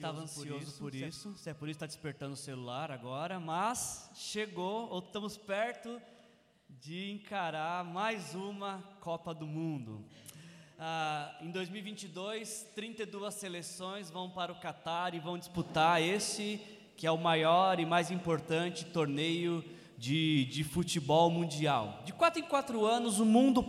Estava ansioso por isso, se é por isso que está despertando o celular agora, mas chegou, ou estamos perto de encarar mais uma Copa do Mundo. Em 2022, 32 seleções vão para o Catar e vão disputar esse que é o maior e mais importante torneio de futebol mundial. De 4 em 4 anos o mundo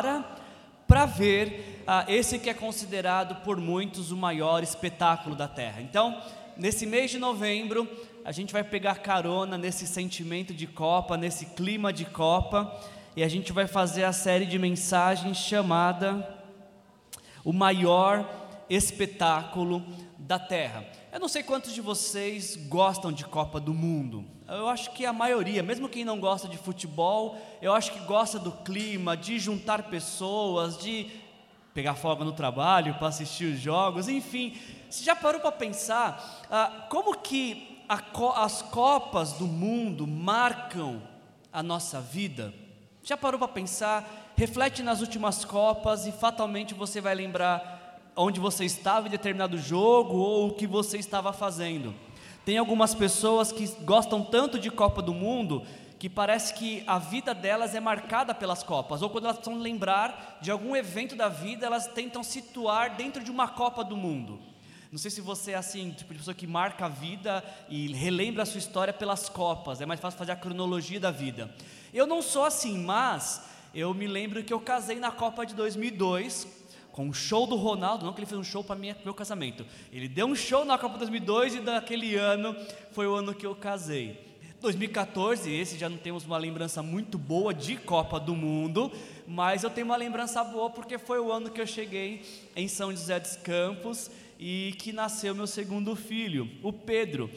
para ver esse que é considerado por muitos o maior espetáculo da Terra. Então, nesse mês de novembro, a gente vai pegar carona nesse sentimento de Copa, nesse clima de Copa, e a gente vai fazer a série de mensagens chamada O Maior Espetáculo da Terra. Eu não sei quantos de vocês gostam de Copa do Mundo. Eu acho que a maioria, mesmo quem não gosta de futebol, eu acho que gosta do clima, de juntar pessoas, de pegar folga no trabalho para assistir os jogos, enfim. Você já parou para pensar como que as Copas do Mundo marcam a nossa vida? Já parou para pensar? Reflete nas últimas Copas e fatalmente você vai lembrar onde você estava em determinado jogo ou o que você estava fazendo. Tem algumas pessoas que gostam tanto de Copa do Mundo que parece que a vida delas é marcada pelas Copas, ou quando elas precisam lembrar de algum evento da vida, elas tentam situar dentro de uma Copa do Mundo. Não sei se você é assim, tipo de pessoa que marca a vida e relembra a sua história pelas Copas, é mais fácil fazer a cronologia da vida. Eu não sou assim, mas eu me lembro que eu casei na Copa de 2002, com o show do Ronaldo, não que ele fez um show para meu casamento. Ele deu um show na Copa 2002 e daquele ano foi o ano que eu casei. 2014, esse já não temos uma lembrança muito boa de Copa do Mundo, mas eu tenho uma lembrança boa porque foi o ano que eu cheguei em São José dos Campos e que nasceu meu segundo filho, o Pedro.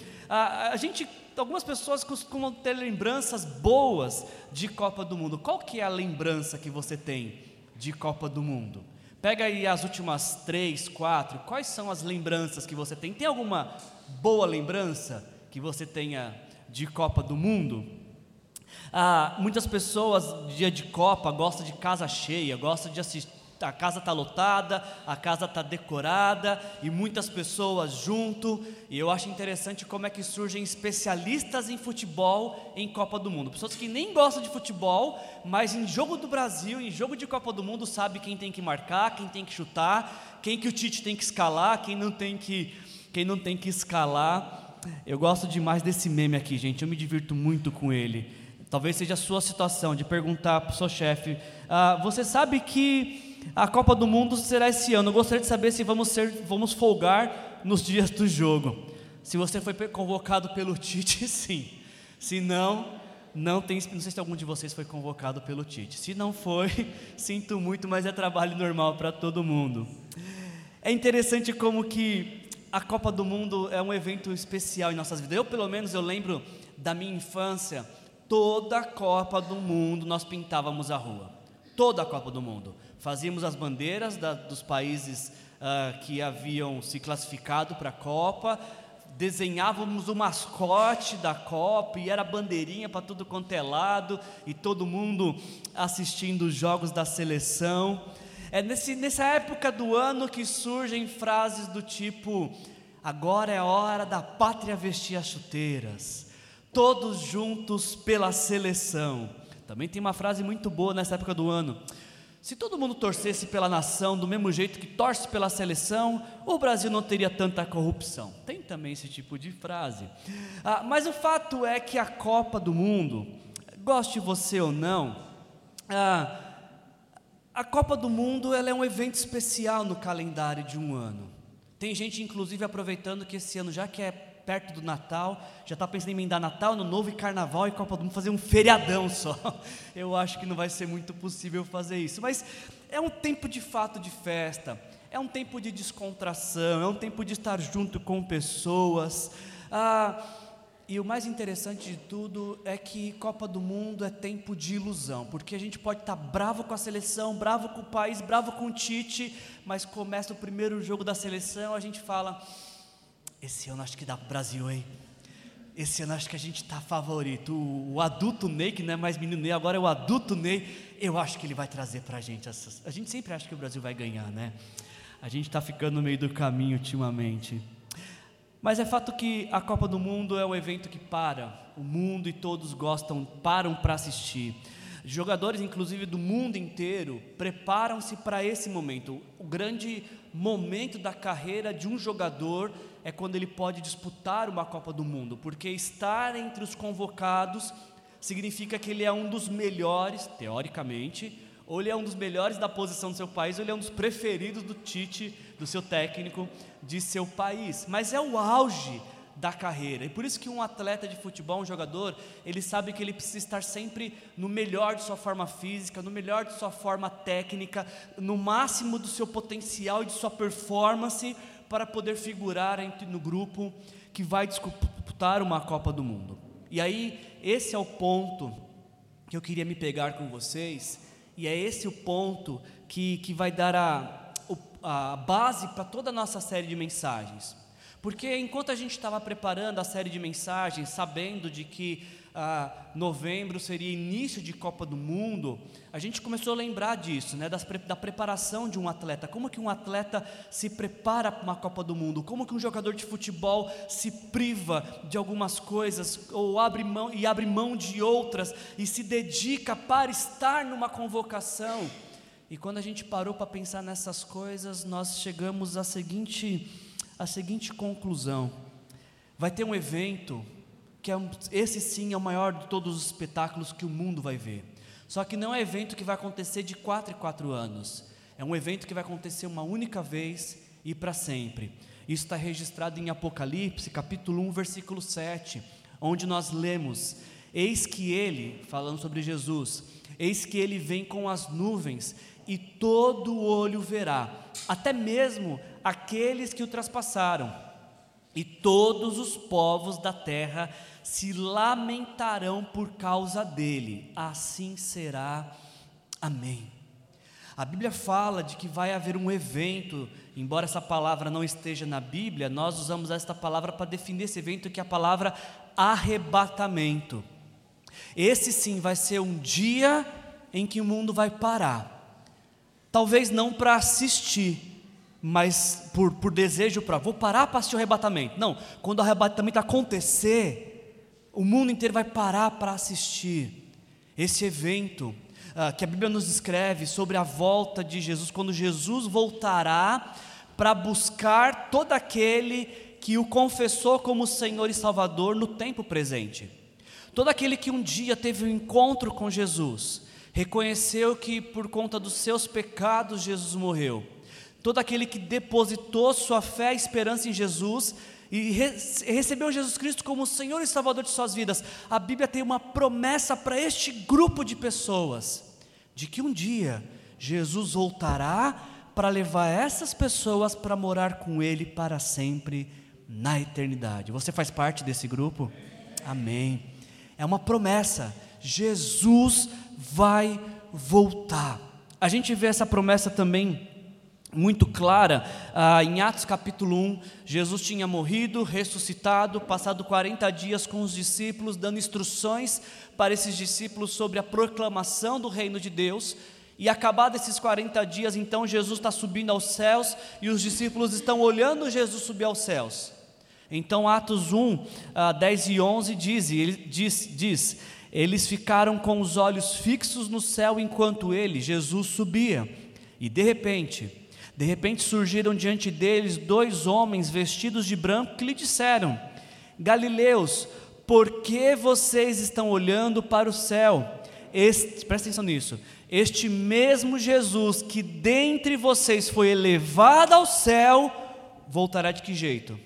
Algumas pessoas costumam ter lembranças boas de Copa do Mundo. Qual que é a lembrança que você tem de Copa do Mundo? Pega aí as últimas 3, 4, quais são as lembranças que você tem? Tem alguma boa lembrança que você tenha de Copa do Mundo? Muitas pessoas, dia de Copa, gostam de casa cheia, gostam de assistir. A casa está lotada, a casa está decorada e muitas pessoas junto, e eu acho interessante como é que surgem especialistas em futebol em Copa do Mundo, pessoas que nem gostam de futebol, mas em jogo do Brasil, em jogo de Copa do Mundo, sabe quem tem que marcar, quem tem que chutar, quem que o Tite tem que escalar, quem não tem que escalar. Eu gosto demais desse meme aqui, gente, eu me divirto muito com ele. Talvez seja a sua situação de perguntar para o seu chefe, você sabe que a Copa do Mundo será esse ano, eu gostaria de saber se vamos folgar nos dias do jogo. Se você foi convocado pelo Tite, sim. Se não sei se algum de vocês foi convocado pelo Tite. Se não foi, sinto muito, mas é trabalho normal para todo mundo. É interessante como que a Copa do Mundo é um evento especial em nossas vidas. Pelo menos, eu lembro da minha infância, toda a Copa do Mundo nós pintávamos a rua. Toda a Copa do Mundo. Fazíamos as bandeiras dos países que haviam se classificado para a Copa, desenhávamos o mascote da Copa e era bandeirinha para tudo quanto é lado e todo mundo assistindo os jogos da seleção. É nessa época do ano que surgem frases do tipo: agora é a hora da pátria vestir as chuteiras, todos juntos pela seleção. Também tem uma frase muito boa nessa época do ano: se todo mundo torcesse pela nação do mesmo jeito que torce pela seleção, o Brasil não teria tanta corrupção. Tem também esse tipo de frase. Mas o fato é que a Copa do Mundo, goste você ou não, a Copa do Mundo ela é um evento especial no calendário de um ano. Tem gente inclusive aproveitando que esse ano, já que é perto do Natal, já está pensando em emendar Natal, Ano Novo e Carnaval e Copa do Mundo, fazer um feriadão só. Eu acho que não vai ser muito possível fazer isso, mas é um tempo de fato de festa, é um tempo de descontração, é um tempo de estar junto com pessoas, e o mais interessante de tudo é que Copa do Mundo é tempo de ilusão, porque a gente pode estar bravo com a seleção, bravo com o país, bravo com o Tite, mas começa o primeiro jogo da seleção, a gente fala: esse ano acho que dá pro Brasil, hein? Esse ano acho que a gente tá favorito. O adulto Ney, que não é mais menino Ney, agora é o adulto Ney. Eu acho que ele vai trazer pra gente. A gente sempre acha que o Brasil vai ganhar, né? A gente tá ficando no meio do caminho ultimamente. Mas é fato que a Copa do Mundo é um evento que o mundo e todos param para assistir. Jogadores, inclusive do mundo inteiro, preparam-se para esse momento. O grande momento da carreira de um jogador é quando ele pode disputar uma Copa do Mundo, porque estar entre os convocados significa que ele é um dos melhores, teoricamente, ou ele é um dos melhores da posição do seu país, ou ele é um dos preferidos do Tite, do seu técnico, de seu país. Mas é o auge da carreira, e por isso que um atleta de futebol, um jogador, ele sabe que ele precisa estar sempre no melhor de sua forma física, no melhor de sua forma técnica, no máximo do seu potencial e de sua performance, para poder figurar no grupo que vai disputar uma Copa do Mundo. E aí, esse é o ponto que eu queria me pegar com vocês, e é esse o ponto que vai dar a base para toda a nossa série de mensagens. Porque enquanto a gente estava preparando a série de mensagens, sabendo de que novembro seria início de Copa do Mundo, a gente começou a lembrar disso, né, da preparação de um atleta. Como que um atleta se prepara para uma Copa do Mundo? Como que um jogador de futebol se priva de algumas coisas ou abre mão de outras e se dedica para estar numa convocação? E quando a gente parou para pensar nessas coisas, nós chegamos à seguinte conclusão: vai ter um evento que esse sim é o maior de todos os espetáculos que o mundo vai ver. Só que não é um evento que vai acontecer de 4 em 4 anos. É um evento que vai acontecer uma única vez e para sempre. Isso está registrado em Apocalipse, capítulo 1, versículo 7, onde nós lemos: eis que ele, falando sobre Jesus, eis que ele vem com as nuvens, e todo olho verá, até mesmo aqueles que o traspassaram, e todos os povos da terra se lamentarão por causa dele. Assim será. Amém. A Bíblia fala de que vai haver um evento, embora essa palavra não esteja na Bíblia, nós usamos esta palavra para definir esse evento, que é a palavra arrebatamento. Esse sim vai ser um dia em que o mundo vai parar. Talvez não para assistir, mas por desejo vou parar para assistir o arrebatamento. Não, quando o arrebatamento acontecer, o mundo inteiro vai parar para assistir esse evento que a Bíblia nos descreve sobre a volta de Jesus, quando Jesus voltará para buscar todo aquele que o confessou como Senhor e Salvador no tempo presente. Todo aquele que um dia teve um encontro com Jesus, reconheceu que por conta dos seus pecados Jesus morreu. Todo aquele que depositou sua fé e esperança em Jesus e recebeu Jesus Cristo como Senhor e Salvador de suas vidas. A Bíblia tem uma promessa para este grupo de pessoas, de que um dia Jesus voltará para levar essas pessoas para morar com Ele para sempre na eternidade. Você faz parte desse grupo? Amém. É uma promessa. Jesus vai voltar. A gente vê essa promessa também muito clara em Atos capítulo 1. Jesus tinha morrido, ressuscitado, passado 40 dias com os discípulos, dando instruções para esses discípulos sobre a proclamação do reino de Deus. E acabados esses 40 dias, então Jesus está subindo aos céus, e os discípulos estão olhando Jesus subir aos céus. Então Atos 1, 10 e 11 diz: eles ficaram com os olhos fixos no céu enquanto ele, Jesus, subia. E de repente surgiram diante deles 2 homens vestidos de branco que lhe disseram: Galileus, por que vocês estão olhando para o céu? Presta atenção nisso. Este mesmo Jesus que dentre vocês foi elevado ao céu, voltará de que jeito?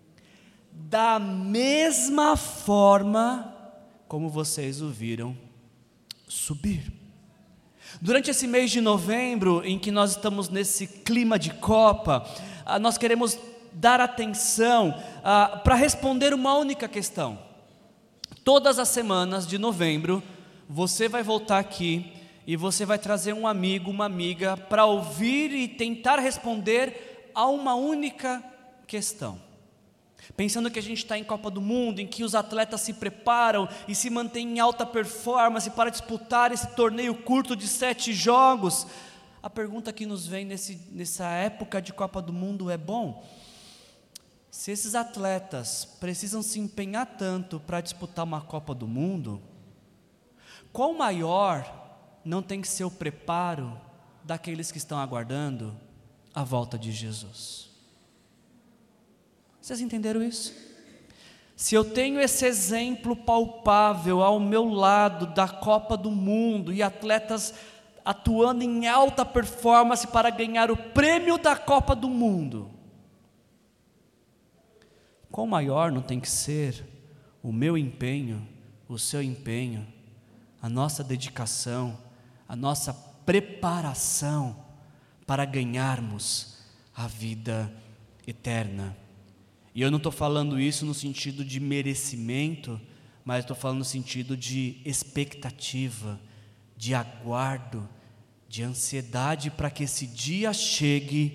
Da mesma forma como vocês o viram subir. Durante esse mês de novembro, em que nós estamos nesse clima de Copa, nós queremos dar atenção para responder uma única questão. Todas as semanas de novembro, você vai voltar aqui e você vai trazer um amigo, uma amiga, para ouvir e tentar responder a uma única questão. Pensando que a gente está em Copa do Mundo, em que os atletas se preparam e se mantêm em alta performance para disputar esse torneio curto de 7 jogos, a pergunta que nos vem nessa época de Copa do Mundo é: bom, Se esses atletas precisam se empenhar tanto para disputar uma Copa do Mundo, qual maior não tem que ser o preparo daqueles que estão aguardando a volta de Jesus? Vocês entenderam isso? Se eu tenho esse exemplo palpável ao meu lado da Copa do Mundo e atletas atuando em alta performance para ganhar o prêmio da Copa do Mundo, qual maior não tem que ser o meu empenho, o seu empenho, a nossa dedicação, a nossa preparação para ganharmos a vida eterna? E eu não estou falando isso no sentido de merecimento, mas estou falando no sentido de expectativa, de aguardo, de ansiedade para que esse dia chegue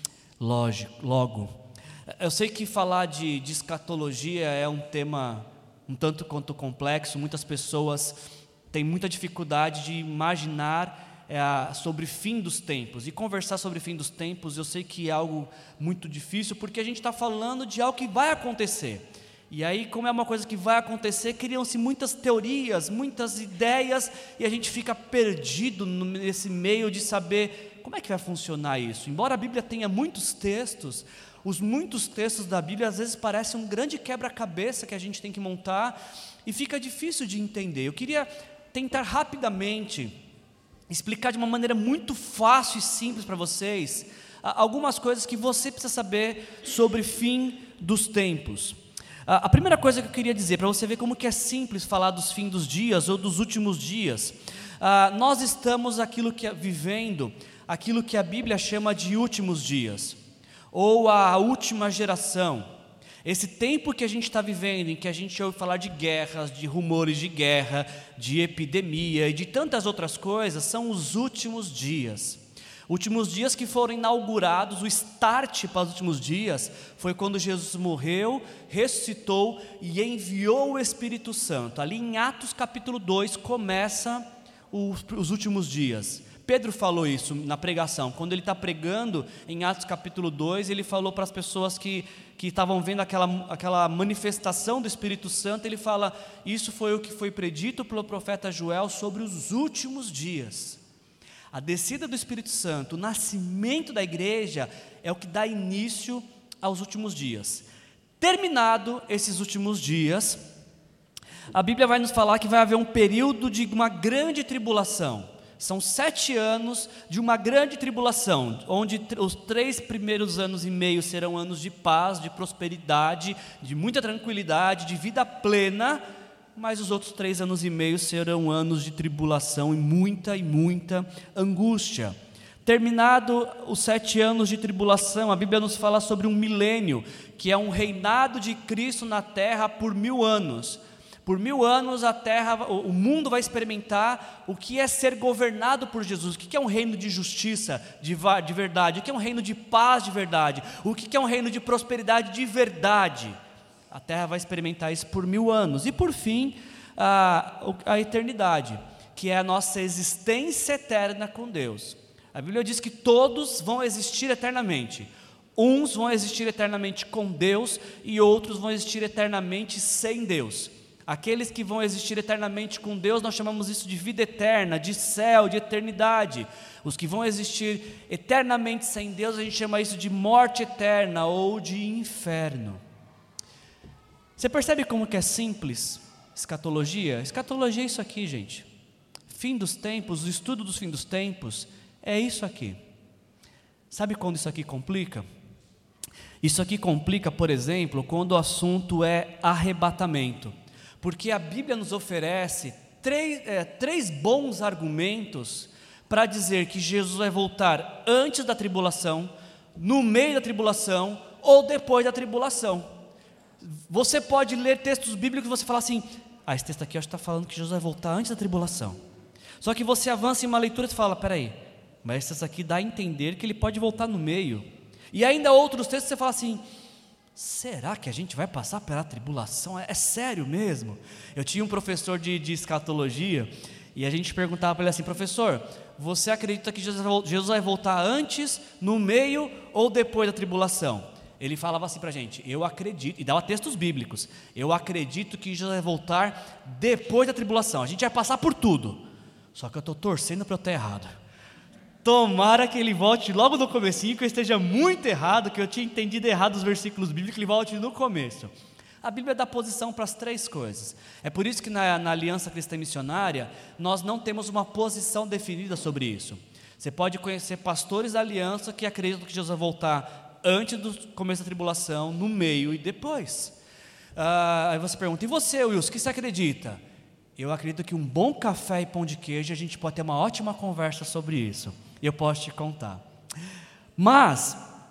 logo. Eu sei que falar de escatologia é um tema um tanto quanto complexo. Muitas pessoas têm muita dificuldade de imaginar sobre o fim dos tempos. E conversar sobre o fim dos tempos eu sei que é algo muito difícil, porque a gente está falando de algo que vai acontecer. E aí, como é uma coisa que vai acontecer, criam-se muitas teorias, muitas ideias, e a gente fica perdido nesse meio de saber como é que vai funcionar isso. Embora a Bíblia tenha muitos textos, os muitos textos da Bíblia às vezes parecem um grande quebra-cabeça que a gente tem que montar, e fica difícil de entender. Eu queria tentar rapidamente explicar de uma maneira muito fácil e simples para vocês algumas coisas que você precisa saber sobre o fim dos tempos. A primeira coisa que eu queria dizer, para você ver como que é simples falar dos fins dos dias ou dos últimos dias, nós estamos vivendo aquilo que a Bíblia chama de últimos dias, ou a última geração. Esse tempo que a gente está vivendo, em que a gente ouve falar de guerras, de rumores de guerra, de epidemia e de tantas outras coisas, são os últimos dias. Últimos dias que foram inaugurados, o start para os últimos dias foi quando Jesus morreu, ressuscitou e enviou o Espírito Santo. Ali em Atos capítulo 2 começa os últimos dias. Pedro falou isso na pregação. Quando ele está pregando em Atos capítulo 2, ele falou para as pessoas que estavam vendo aquela manifestação do Espírito Santo, ele fala: isso foi o que foi predito pelo profeta Joel sobre os últimos dias. A descida do Espírito Santo, o nascimento da igreja é o que dá início aos últimos dias. Terminado esses últimos dias, a Bíblia vai nos falar que vai haver um período de uma grande tribulação. São 7 anos de uma grande tribulação, onde os 3 primeiros anos e meio serão anos de paz, de prosperidade, de muita tranquilidade, de vida plena, mas os outros 3 anos e meio serão anos de tribulação e muita angústia. Terminado os 7 anos de tribulação, a Bíblia nos fala sobre um milênio, que é um reinado de Cristo na terra por 1000 anos. Por 1000 anos a terra, o mundo vai experimentar o que é ser governado por Jesus. O que é um reino de justiça de verdade? O que é um reino de paz de verdade? O que é um reino de prosperidade de verdade? A terra vai experimentar isso por 1000 anos. E por fim, a eternidade, que é a nossa existência eterna com Deus. A Bíblia diz que todos vão existir eternamente. Uns vão existir eternamente com Deus e outros vão existir eternamente sem Deus. Aqueles que vão existir eternamente com Deus, nós chamamos isso de vida eterna, de céu, de eternidade. Os que vão existir eternamente sem Deus, a gente chama isso de morte eterna ou de inferno. Você percebe como que é simples escatologia? Escatologia é isso aqui, gente. Fim dos tempos, o estudo dos fins dos tempos é isso aqui. Sabe quando isso aqui complica? Isso aqui complica, por exemplo, quando o assunto é arrebatamento. Porque a Bíblia nos oferece três bons argumentos para dizer que Jesus vai voltar antes da tribulação, no meio da tribulação ou depois da tribulação. Você pode ler textos bíblicos e você fala assim: esse texto aqui está falando que Jesus vai voltar antes da tribulação. Só que você avança em uma leitura e fala: peraí, mas esse texto aqui dá a entender que ele pode voltar no meio. E ainda outros textos você fala assim: será que a gente vai passar pela tribulação? É sério mesmo? Eu tinha um professor de escatologia e a gente perguntava para ele assim: professor, você acredita que Jesus vai voltar antes, no meio ou depois da tribulação? ele falava assim para a gente: eu acredito, e dava textos bíblicos, eu acredito que Jesus vai voltar depois da tribulação, a gente vai passar por tudo, só que eu estou torcendo para eu estar errado. Tomara que ele volte logo no comecinho, que eu esteja muito errado, que eu tinha entendido errado os versículos bíblicos, que ele volte no começo. A Bíblia dá posição para as três coisas. É por isso que na Aliança Cristã Missionária, nós não temos uma posição definida sobre isso. Você pode conhecer pastores da aliança que acreditam que Jesus vai voltar antes do começo da tribulação, no meio e depois. Aí você pergunta: e você, Wilson, o que você acredita? Eu acredito que um bom café e pão de queijo, a gente pode ter uma ótima conversa sobre isso. Eu posso te contar. Mas,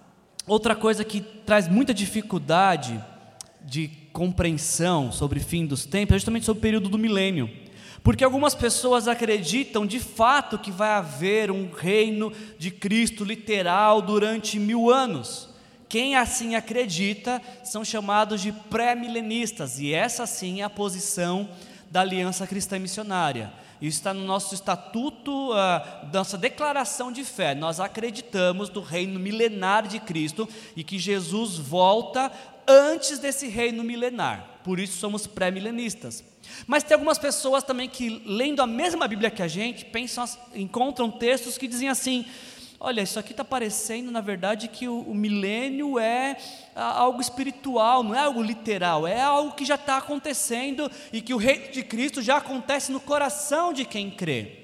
outra coisa que traz muita dificuldade de compreensão sobre o fim dos tempos é justamente sobre o período do milênio. Porque algumas pessoas acreditam de fato que vai haver um reino de Cristo literal durante 1000 anos. Quem assim acredita são chamados de pré-milenistas, e essa sim é a posição da Aliança Cristã Missionária. Isso está no nosso estatuto, nossa declaração de fé. Nós acreditamos no reino milenar de Cristo e que Jesus volta antes desse reino milenar. Por isso somos pré-milenistas. Mas tem algumas pessoas também que, lendo a mesma Bíblia que a gente, encontram textos que dizem assim: olha, isso aqui está parecendo, na verdade, que o milênio é algo espiritual, não é algo literal, é algo que já está acontecendo e que o reino de Cristo já acontece no coração de quem crê.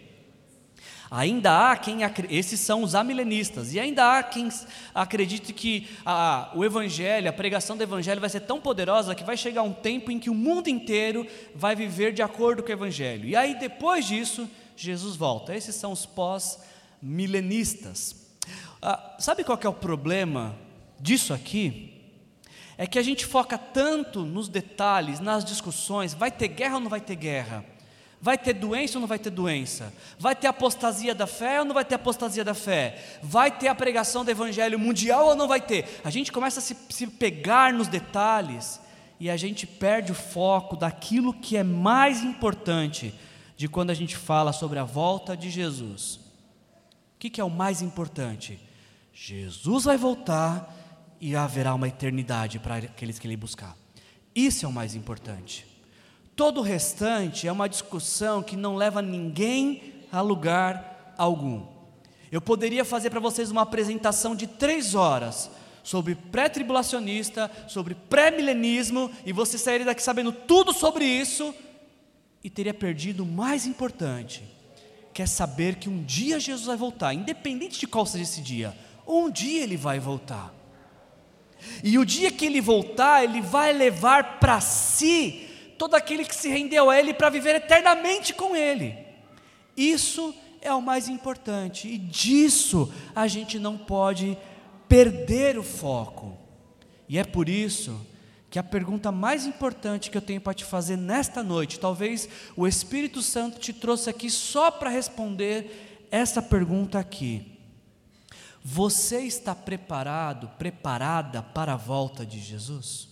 Ainda há esses são os amilenistas, e ainda há quem acredite que o Evangelho, a pregação do Evangelho vai ser tão poderosa que vai chegar um tempo em que o mundo inteiro vai viver de acordo com o Evangelho. E aí depois disso, Jesus volta. Esses são os pós-milenistas. Sabe qual que é o problema disso aqui? É que a gente foca tanto nos detalhes, nas discussões: vai ter guerra ou não vai ter guerra? Vai ter doença ou não vai ter doença? Vai ter apostasia da fé ou não vai ter apostasia da fé? Vai ter a pregação do evangelho mundial ou não vai ter? A gente começa a se pegar nos detalhes e a gente perde o foco daquilo que é mais importante de quando a gente fala sobre a volta de Jesus. O que é o mais importante? Jesus vai voltar e haverá uma eternidade para aqueles que Ele buscar. Isso é o mais importante. Todo o restante é uma discussão que não leva ninguém a lugar algum. Eu poderia fazer para vocês uma apresentação de 3 horas sobre pré-tribulacionista, sobre pré-milenismo, e você sairia daqui sabendo tudo sobre isso e teria perdido o mais importante, que é saber que um dia Jesus vai voltar, independente de qual seja esse dia. Um dia Ele vai voltar, e o dia que Ele voltar, Ele vai levar para si todo aquele que se rendeu a Ele para viver eternamente com Ele. Isso é o mais importante, e disso a gente não pode perder o foco. E é por isso que a pergunta mais importante que eu tenho para te fazer nesta noite, talvez o Espírito Santo te trouxe aqui só para responder essa pergunta aqui: você está preparada para a volta de Jesus?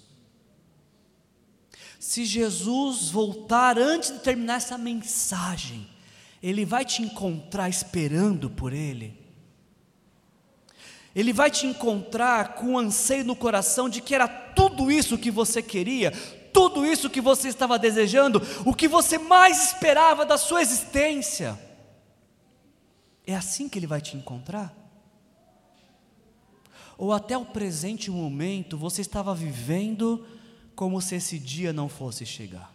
Se Jesus voltar antes de terminar essa mensagem, Ele vai te encontrar esperando por Ele? Ele vai te encontrar com um anseio no coração de que era tudo isso que você queria, tudo isso que você estava desejando, o que você mais esperava da sua existência? É assim que Ele vai te encontrar? Ou até o presente momento você estava vivendo como se esse dia não fosse chegar?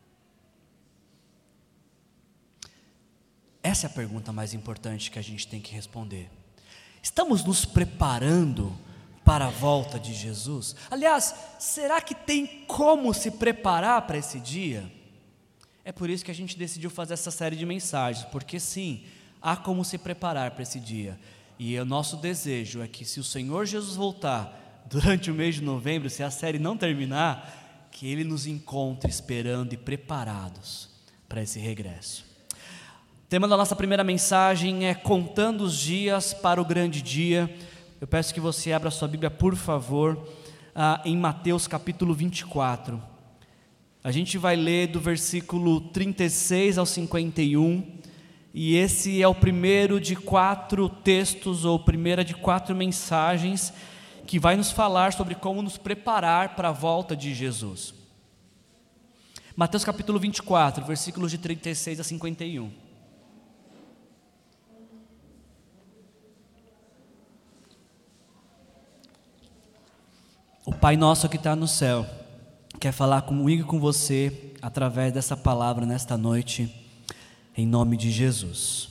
Essa é a pergunta mais importante que a gente tem que responder. Estamos nos preparando para a volta de Jesus? Aliás, será que tem como se preparar para esse dia? É por isso que a gente decidiu fazer essa série de mensagens, porque sim, há como se preparar para esse dia. E o nosso desejo é que, se o Senhor Jesus voltar durante o mês de novembro, se a série não terminar, que Ele nos encontre esperando e preparados para esse regresso. O tema da nossa primeira mensagem é contando os dias para o grande dia. Eu peço que você abra sua Bíblia, por favor, em Mateus capítulo 24. A gente vai ler do versículo 36 ao 51, e esse é o primeiro de 4 textos, ou primeira de 4 mensagens, que vai nos falar sobre como nos preparar para a volta de Jesus. Mateus capítulo 24, versículos de 36 a 51. O Pai nosso que está no céu quer falar comigo e com você através dessa palavra nesta noite, em nome de Jesus.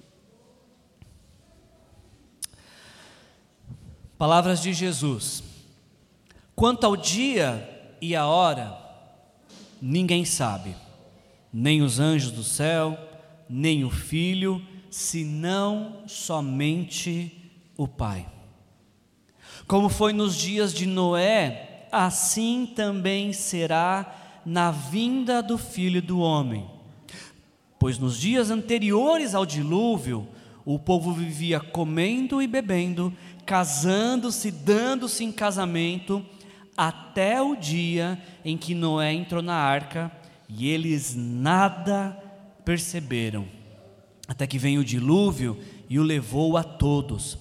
Palavras de Jesus: quanto ao dia e a hora, ninguém sabe, nem os anjos do céu, nem o Filho, senão somente o Pai. Como foi nos dias de Noé, assim também será na vinda do Filho do Homem. Pois nos dias anteriores ao dilúvio, o povo vivia comendo e bebendo, casando-se, dando-se em casamento, até o dia em que Noé entrou na arca, e eles nada perceberam, até que veio o dilúvio e o levou a todos.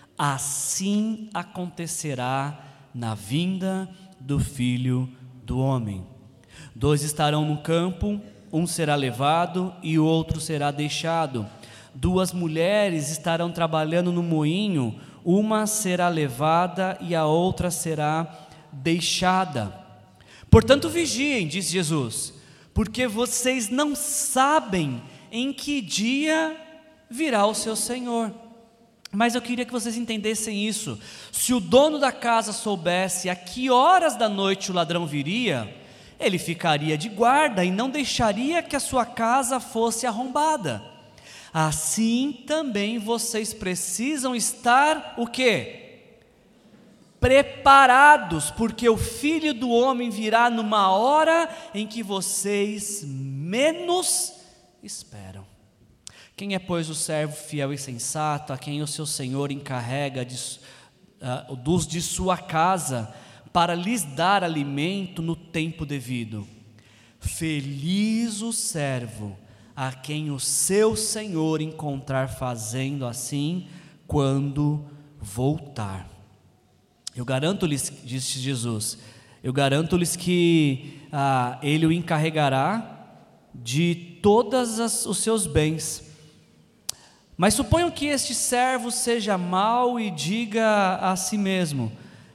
Assim acontecerá na vinda do Filho do Homem. 2 estarão no campo, um será levado e o outro será deixado. 2 mulheres estarão trabalhando no moinho, uma será levada e a outra será deixada. Portanto, vigiem, diz Jesus, porque vocês não sabem em que dia virá o seu Senhor. Mas eu queria que vocês entendessem isso. Se o dono da casa soubesse a que horas da noite o ladrão viria, ele ficaria de guarda e não deixaria que a sua casa fosse arrombada. Assim também vocês precisam estar o quê? Preparados, porque o Filho do Homem virá numa hora em que vocês menos esperam. Quem é, pois, o servo fiel e sensato, a quem o seu Senhor encarrega dos de sua casa, para lhes dar alimento no tempo devido? Feliz o servo a quem o seu Senhor encontrar fazendo assim quando voltar. Eu garanto-lhes, disse Jesus, eu garanto-lhes que ele o encarregará de todos os seus bens. Mas suponham que este servo seja mau e diga a si mesmo: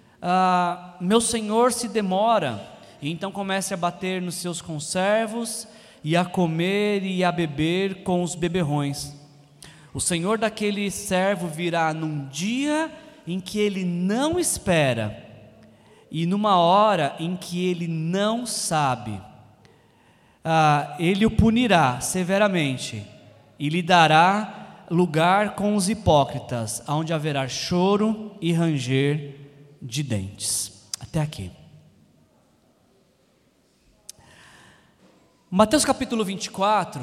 meu senhor se demora, e então comece a bater nos seus conservos, e a comer e a beber com os beberrões. O senhor daquele servo virá num dia em que ele não espera, e numa hora em que ele não sabe. Ele o punirá severamente, e lhe dará lugar com os hipócritas, onde haverá choro e ranger de dentes. Até aqui. Mateus capítulo 24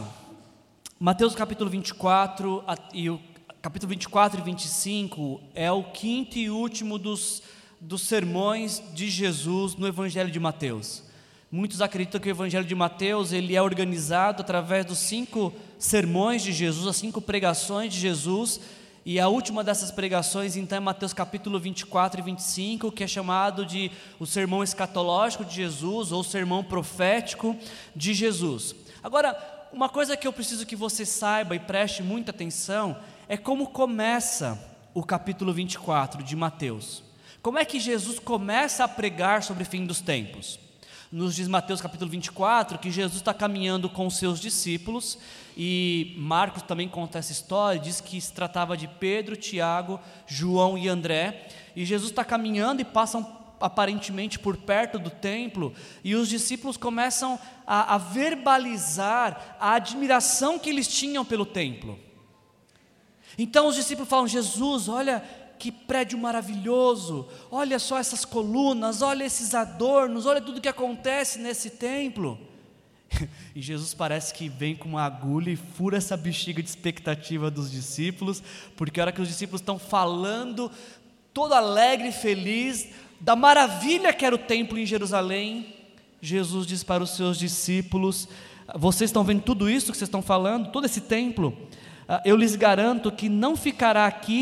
e o capítulo 24 e 25 é o quinto e último dos sermões de Jesus no Evangelho de Mateus. Muitos acreditam que o Evangelho de Mateus ele é organizado através dos 5 sermões de Jesus, as 5 pregações de Jesus, e a última dessas pregações então é Mateus capítulo 24 e 25, que é chamado de o sermão escatológico de Jesus, ou sermão profético de Jesus. Agora, uma coisa que eu preciso que você saiba e preste muita atenção, é como começa o capítulo 24 de Mateus. Como é que Jesus começa a pregar sobre o fim dos tempos? Nos diz Mateus capítulo 24 que Jesus está caminhando com os seus discípulos, e Marcos também conta essa história, diz que se tratava de Pedro, Tiago, João e André, e Jesus está caminhando e passam aparentemente por perto do templo, e os discípulos começam a verbalizar a admiração que eles tinham pelo templo. Então os discípulos falam: Jesus, olha que prédio maravilhoso, olha só essas colunas, olha esses adornos, olha tudo que acontece nesse templo. E Jesus parece que vem com uma agulha e fura essa bexiga de expectativa dos discípulos, porque a hora que os discípulos estão falando, todo alegre e feliz, da maravilha que era o templo em Jerusalém, Jesus diz para os seus discípulos: vocês estão vendo tudo isso que vocês estão falando, todo esse templo? Eu lhes garanto que não ficará aqui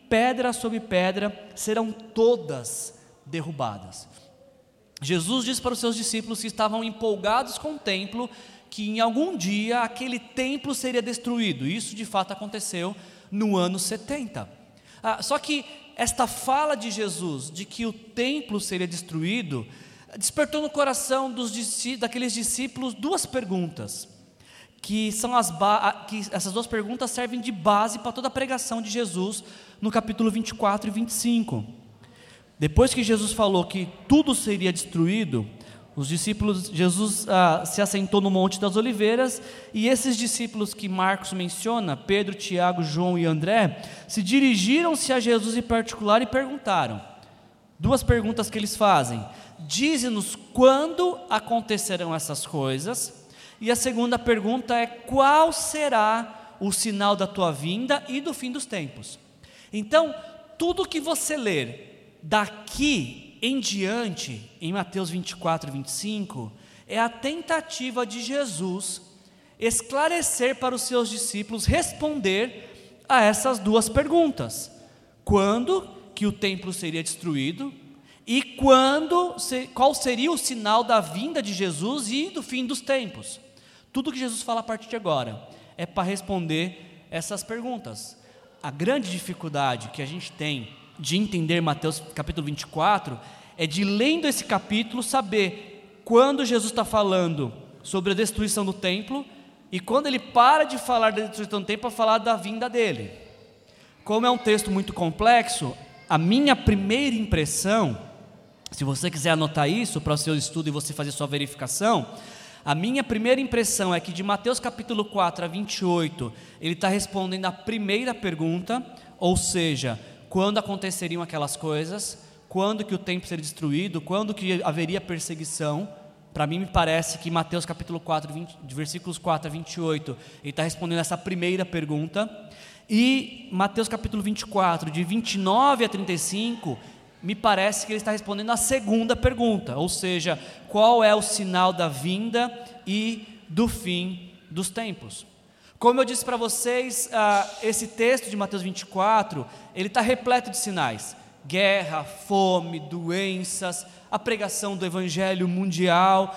pedra sobre pedra serão todas derrubadas. Jesus disse para os seus discípulos que estavam empolgados com o templo, que em algum dia aquele templo seria destruído. Isso de fato aconteceu no ano 70. Só que esta fala de Jesus de que o templo seria destruído despertou no coração daqueles discípulos duas perguntas, que essas duas perguntas servem de base para toda a pregação de Jesus no capítulo 24 e 25. Depois que Jesus falou que tudo seria destruído, Jesus se assentou no Monte das Oliveiras, e esses discípulos que Marcos menciona, Pedro, Tiago, João e André, se dirigiram-se a Jesus em particular e perguntaram, duas perguntas que eles fazem: dize-nos quando acontecerão essas coisas, e a segunda pergunta é: qual será o sinal da tua vinda e do fim dos tempos? Então, tudo que você ler daqui em diante, em Mateus 24 e 25, é a tentativa de Jesus esclarecer para os seus discípulos, responder a essas duas perguntas: quando que o templo seria destruído e qual seria o sinal da vinda de Jesus e do fim dos tempos. Tudo que Jesus fala a partir de agora é para responder essas perguntas. A grande dificuldade que a gente tem de entender Mateus capítulo 24 é de, lendo esse capítulo, saber quando Jesus está falando sobre a destruição do templo e quando ele para de falar da destruição do templo para falar da vinda dele. Como é um texto muito complexo, a minha primeira impressão, se você quiser anotar isso para o seu estudo e você fazer sua verificação, a minha primeira impressão é que de Mateus capítulo 4 a 28, ele está respondendo a primeira pergunta, ou seja, quando aconteceriam aquelas coisas, quando que o templo seria destruído, quando que haveria perseguição. Para mim me parece que Mateus capítulo 4, de versículos 4 a 28, ele está respondendo essa primeira pergunta, e Mateus capítulo 24, de 29 a 35, me parece que ele está respondendo a segunda pergunta, ou seja, qual é o sinal da vinda e do fim dos tempos. Como eu disse para vocês, esse texto de Mateus 24, ele está repleto de sinais: guerra, fome, doenças, a pregação do evangelho mundial,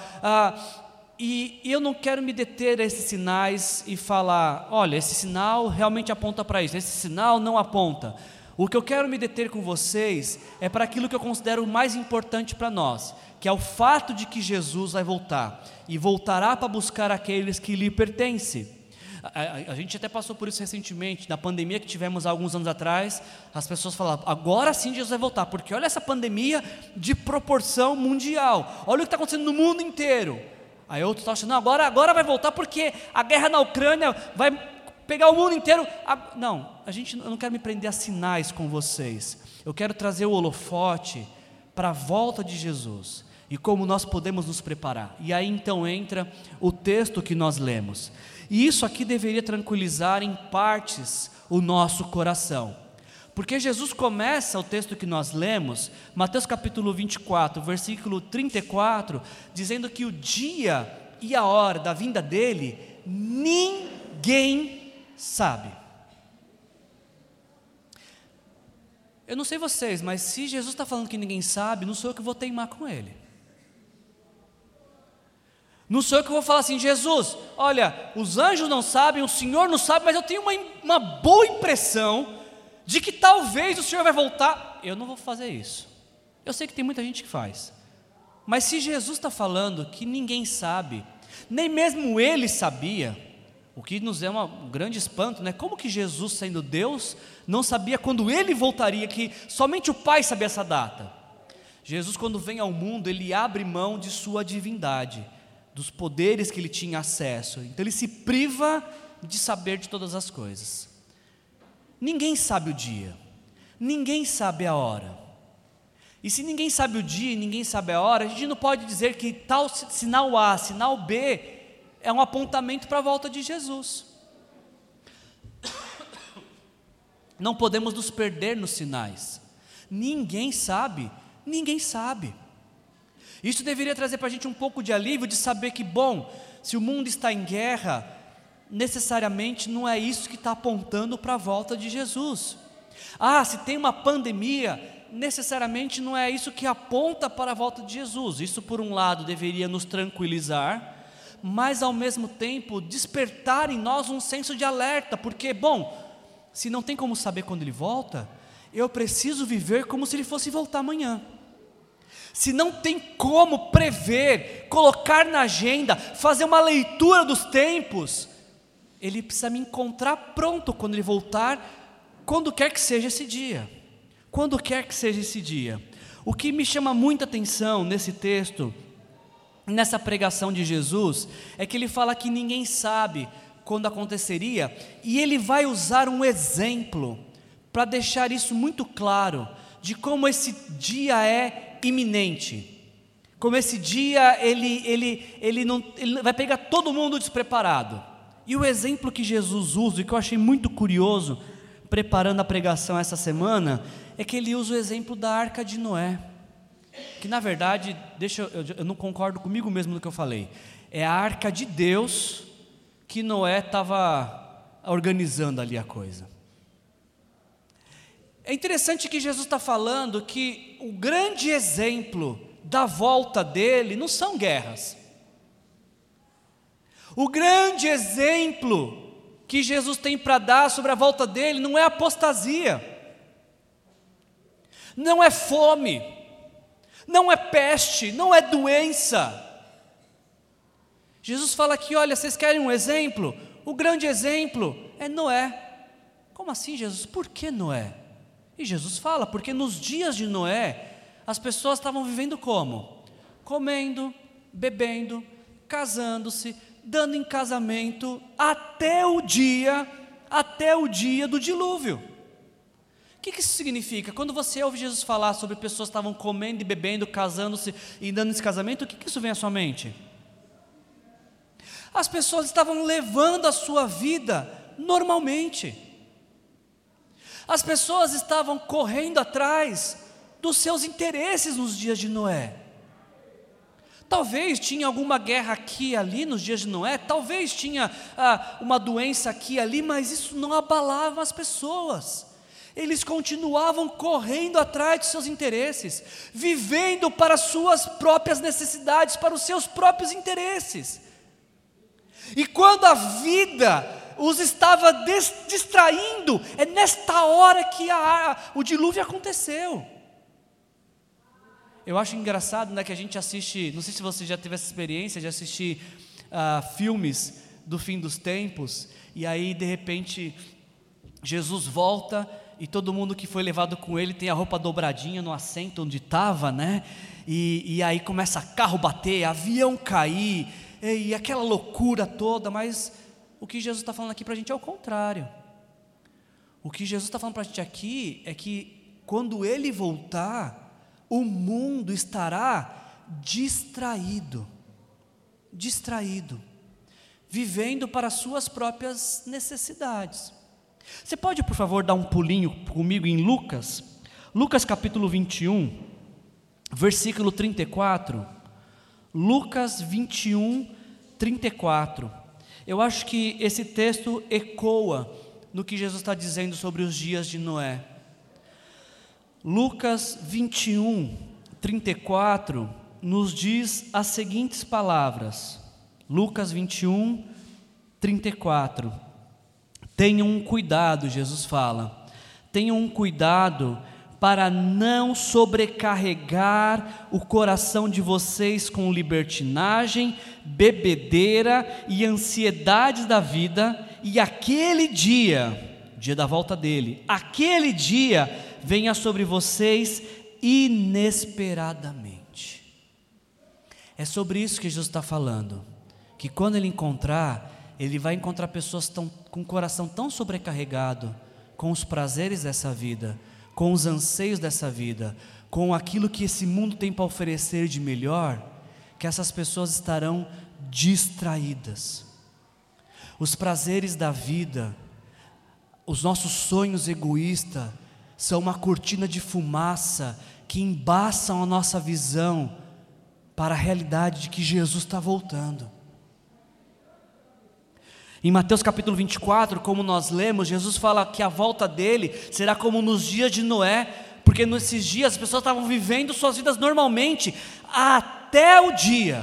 e eu não quero me deter a esses sinais e falar, olha, esse sinal realmente aponta para isso, esse sinal não aponta. O que eu quero me deter com vocês é para aquilo que eu considero o mais importante para nós, que é o fato de que Jesus vai voltar, e voltará para buscar aqueles que lhe pertencem. A gente até passou por isso recentemente, na pandemia que tivemos há alguns anos atrás, as pessoas falavam, agora sim Jesus vai voltar, porque olha essa pandemia de proporção mundial, olha o que está acontecendo no mundo inteiro. Aí outros estavam achando, não, agora vai voltar porque a guerra na Ucrânia vai pegar o mundo inteiro. Não, eu não quero me prender a sinais com vocês, eu quero trazer o holofote para a volta de Jesus, e como nós podemos nos preparar. E aí então entra o texto que nós lemos. E isso aqui deveria tranquilizar em partes o nosso coração, porque Jesus começa o texto que nós lemos, Mateus capítulo 24, versículo 34, dizendo que o dia e a hora da vinda dele, ninguém sabe. Eu não sei vocês, mas se Jesus está falando que ninguém sabe, não sou eu que vou teimar com ele. Não sou eu que vou falar assim, Jesus, olha, os anjos não sabem, o Senhor não sabe, mas eu tenho uma boa impressão de que talvez o Senhor vai voltar. Eu não vou fazer isso. Eu sei que tem muita gente que faz. Mas se Jesus está falando que ninguém sabe, nem mesmo ele sabia, o que nos é um grande espanto, né? Como que Jesus, sendo Deus, não sabia quando ele voltaria, que somente o Pai sabia essa data? Jesus, quando vem ao mundo, ele abre mão de sua divindade, dos poderes que ele tinha acesso, então ele se priva de saber de todas as coisas. Ninguém sabe o dia, ninguém sabe a hora, e se ninguém sabe o dia e ninguém sabe a hora, a gente não pode dizer que tal sinal A, sinal B, é um apontamento para a volta de Jesus. Não podemos nos perder nos sinais. Ninguém sabe, ninguém sabe. Isso deveria trazer para a gente um pouco de alívio, de saber que, bom, se o mundo está em guerra, necessariamente não é isso que está apontando para a volta de Jesus. Se tem uma pandemia, necessariamente não é isso que aponta para a volta de Jesus. Isso, por um lado, deveria nos tranquilizar, mas ao mesmo tempo despertar em nós um senso de alerta, porque, se não tem como saber quando ele volta, eu preciso viver como se ele fosse voltar amanhã. Se não tem como prever, colocar na agenda, fazer uma leitura dos tempos, ele precisa me encontrar pronto quando ele voltar, quando quer que seja esse dia. Quando quer que seja esse dia. O que me chama muita atenção nesse texto, nessa pregação de Jesus, é que ele fala que ninguém sabe quando aconteceria, e ele vai usar um exemplo para deixar isso muito claro, de como esse dia é iminente, como esse dia ele vai pegar todo mundo despreparado. E o exemplo que Jesus usa, e que eu achei muito curioso, preparando a pregação essa semana, é que ele usa o exemplo da Arca de Noé, que na verdade, eu não concordo comigo mesmo no que eu falei, é a Arca de Deus que Noé estava organizando ali a coisa. É interessante que Jesus está falando que o grande exemplo da volta dele não são guerras. O grande exemplo que Jesus tem para dar sobre a volta dele não é apostasia, não é fome, não é peste, não é doença. Jesus fala aqui, olha, vocês querem um exemplo? O grande exemplo é Noé. Como assim, Jesus? Por que Noé? E Jesus fala, porque nos dias de Noé, as pessoas estavam vivendo como? Comendo, bebendo, casando-se, dando em casamento, até o dia do dilúvio. O que isso significa? Quando você ouve Jesus falar sobre pessoas que estavam comendo e bebendo, casando-se e dando em casamento, o que isso vem à sua mente? As pessoas estavam levando a sua vida normalmente. As pessoas estavam correndo atrás dos seus interesses nos dias de Noé. Talvez tinha alguma guerra aqui e ali nos dias de Noé, talvez tinha uma doença aqui e ali, mas isso não abalava as pessoas. Eles continuavam correndo atrás de seus interesses, vivendo para as suas próprias necessidades, para os seus próprios interesses. E quando a vida os estava distraindo, é nesta hora que o dilúvio aconteceu. Eu acho engraçado, né, que a gente assiste, não sei se você já teve essa experiência de assistir filmes do fim dos tempos, e aí de repente Jesus volta e todo mundo que foi levado com ele tem a roupa dobradinha no assento onde estava, né? E aí começa carro bater, avião cair, e aquela loucura toda. Mas o que Jesus está falando aqui para a gente é o contrário. O que Jesus está falando para a gente aqui é que quando ele voltar, o mundo estará distraído, vivendo para as suas próprias necessidades. Você pode, por favor, dar um pulinho comigo em Lucas? Lucas capítulo 21, versículo 34. Lucas 21, 34. Eu acho que esse texto ecoa no que Jesus está dizendo sobre os dias de Noé. Lucas 21, 34 nos diz as seguintes palavras. Lucas 21, 34. Tenham cuidado, Jesus fala, tenham cuidado para não sobrecarregar o coração de vocês com libertinagem, bebedeira e ansiedades da vida, e aquele dia da volta dele, aquele dia venha sobre vocês inesperadamente. É sobre isso que Jesus está falando, que quando ele vai encontrar pessoas com o coração tão sobrecarregado, com os prazeres dessa vida, com os anseios dessa vida, com aquilo que esse mundo tem para oferecer de melhor, que essas pessoas estarão distraídas. Os prazeres da vida, os nossos sonhos egoístas, são uma cortina de fumaça que embaçam a nossa visão para a realidade de que Jesus está voltando. Em Mateus capítulo 24, como nós lemos, Jesus fala que a volta dele será como nos dias de Noé, porque nesses dias as pessoas estavam vivendo suas vidas normalmente, até o dia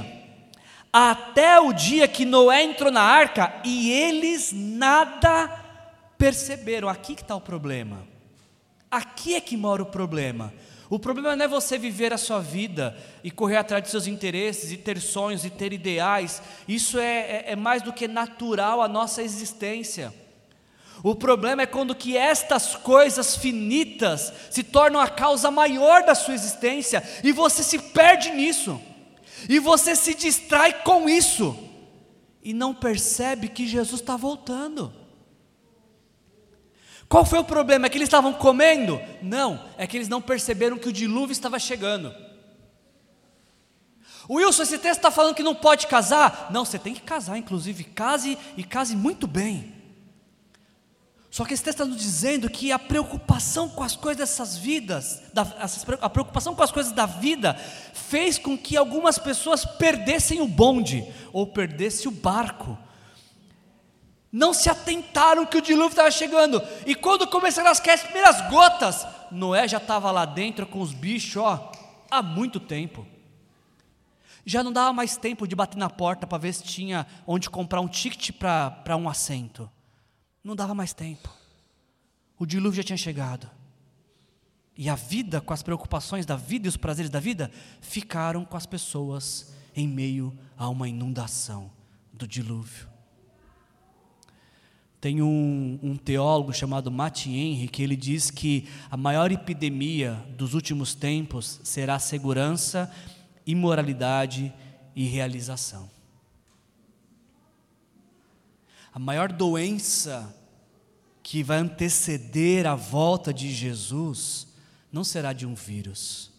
que Noé entrou na arca e eles nada perceberam. Aqui que está o problema, aqui é que mora o problema. O problema não é você viver a sua vida e correr atrás de seus interesses, e ter sonhos, e ter ideais. Isso é mais do que natural à nossa existência. O problema é quando que estas coisas finitas se tornam a causa maior da sua existência, e você se perde nisso, e você se distrai com isso, e não percebe que Jesus está voltando. Qual foi o problema? É que eles estavam comendo? Não, é que eles não perceberam que o dilúvio estava chegando. Wilson, esse texto está falando que não pode casar? Não, você tem que casar, inclusive, case e case muito bem. Só que esse texto está nos dizendo que a preocupação com as coisas dessas vidas, a preocupação com as coisas da vida, fez com que algumas pessoas perdessem o bonde, ou perdessem o barco. Não se atentaram que o dilúvio estava chegando, e quando começaram a cair as primeiras gotas, Noé já estava lá dentro com os bichos, há muito tempo. Já não dava mais tempo de bater na porta para ver se tinha onde comprar um ticket para um assento. Não dava mais tempo. O dilúvio já tinha chegado. E a vida, com as preocupações da vida e os prazeres da vida, ficaram com as pessoas em meio a uma inundação do dilúvio. Tem um teólogo chamado Matthew Henry, que ele diz que a maior epidemia dos últimos tempos será segurança, imoralidade e realização. A maior doença que vai anteceder a volta de Jesus não será de um vírus.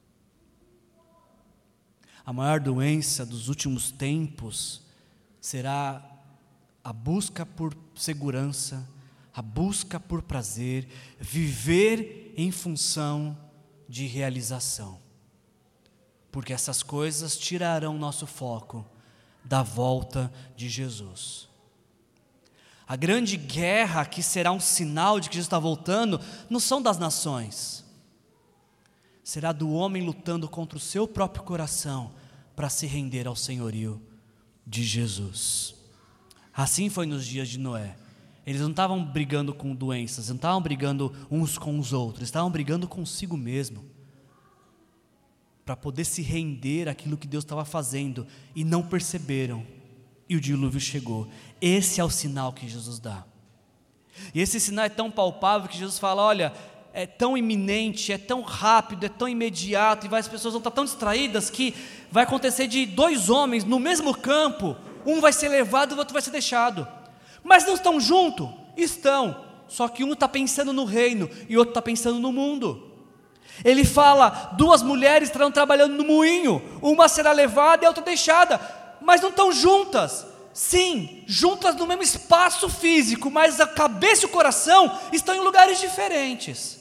A maior doença dos últimos tempos será a busca por segurança, a busca por prazer, viver em função de realização. Porque essas coisas tirarão nosso foco da volta de Jesus. A grande guerra que será um sinal de que Jesus está voltando, não são das nações. Será do homem lutando contra o seu próprio coração para se render ao senhorio de Jesus. Assim foi nos dias de Noé. Eles não estavam brigando com doenças, não estavam brigando uns com os outros, estavam brigando consigo mesmo, para poder se render àquilo que Deus estava fazendo, e não perceberam, e o dilúvio chegou. Esse é o sinal que Jesus dá, e esse sinal é tão palpável que Jesus fala, olha, é tão iminente, é tão rápido, é tão imediato, e as pessoas vão estar tão distraídas, que vai acontecer de 2 homens no mesmo campo, um vai ser levado e o outro vai ser deixado, mas não estão juntos? Estão, só que um está pensando no reino, e o outro está pensando no mundo. Ele fala, 2 mulheres estarão trabalhando no moinho, uma será levada e a outra deixada, mas não estão juntas. Sim, juntas no mesmo espaço físico, mas a cabeça e o coração estão em lugares diferentes.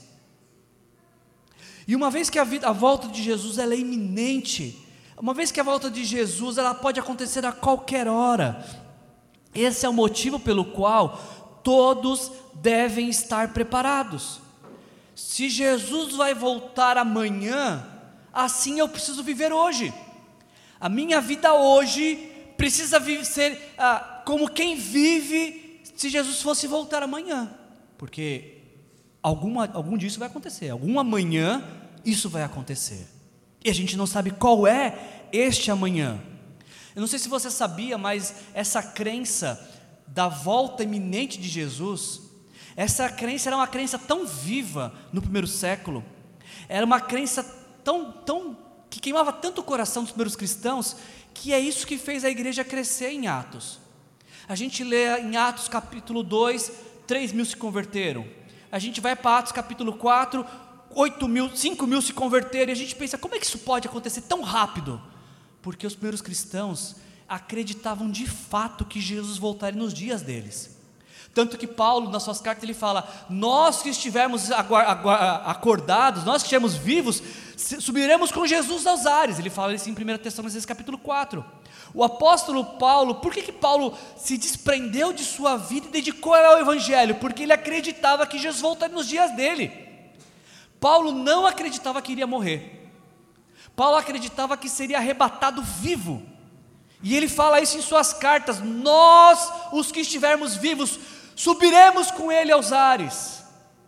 E uma vez que a volta de Jesus ela é iminente, uma vez que a volta de Jesus ela pode acontecer a qualquer hora, esse é o motivo pelo qual todos devem estar preparados. Se Jesus vai voltar amanhã, assim eu preciso viver hoje. A minha vida hoje precisa ser como quem vive se Jesus fosse voltar amanhã, porque algum disso vai acontecer, algum amanhã isso vai acontecer, e a gente não sabe qual é este amanhã. Eu não sei se você sabia, mas essa crença da volta iminente de Jesus, essa crença era uma crença tão viva no primeiro século, era uma crença tão que queimava tanto o coração dos primeiros cristãos, que é isso que fez a igreja crescer em Atos. A gente lê em Atos capítulo 2, 3.000 se converteram. A gente vai para Atos capítulo 4, 5.000 se converteram, e a gente pensa, como é que isso pode acontecer tão rápido? Porque os primeiros cristãos acreditavam de fato que Jesus voltaria nos dias deles. Tanto que Paulo, nas suas cartas, ele fala: nós que estivermos acordados, nós que estivermos vivos, subiremos com Jesus aos ares. Ele fala isso em 1 Tessalonicenses capítulo 4. O apóstolo Paulo, por que Paulo se desprendeu de sua vida e dedicou ela ao evangelho? Porque ele acreditava que Jesus voltaria nos dias dele. Paulo não acreditava que iria morrer. Paulo acreditava que seria arrebatado vivo. E ele fala isso em suas cartas: nós, os que estivermos vivos, subiremos com ele aos ares.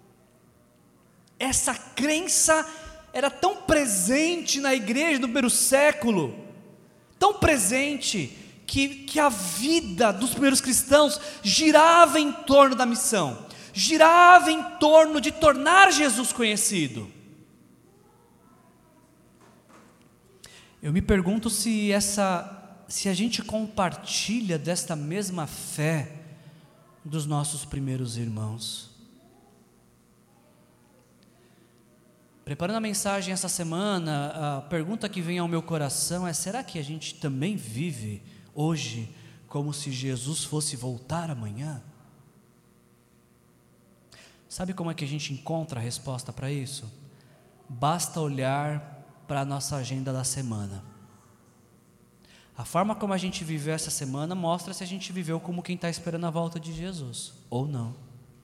Essa crença era tão presente na igreja do primeiro século, tão presente, que a vida dos primeiros cristãos girava em torno da missão, girava em torno de tornar Jesus conhecido. Eu me pergunto se a gente compartilha desta mesma fé dos nossos primeiros irmãos. Preparando a mensagem essa semana, a pergunta que vem ao meu coração é: será que a gente também vive hoje como se Jesus fosse voltar amanhã? Sabe como é que a gente encontra a resposta para isso? Basta olhar para a nossa agenda da semana. A forma como a gente viveu essa semana mostra se a gente viveu como quem está esperando a volta de Jesus ou não.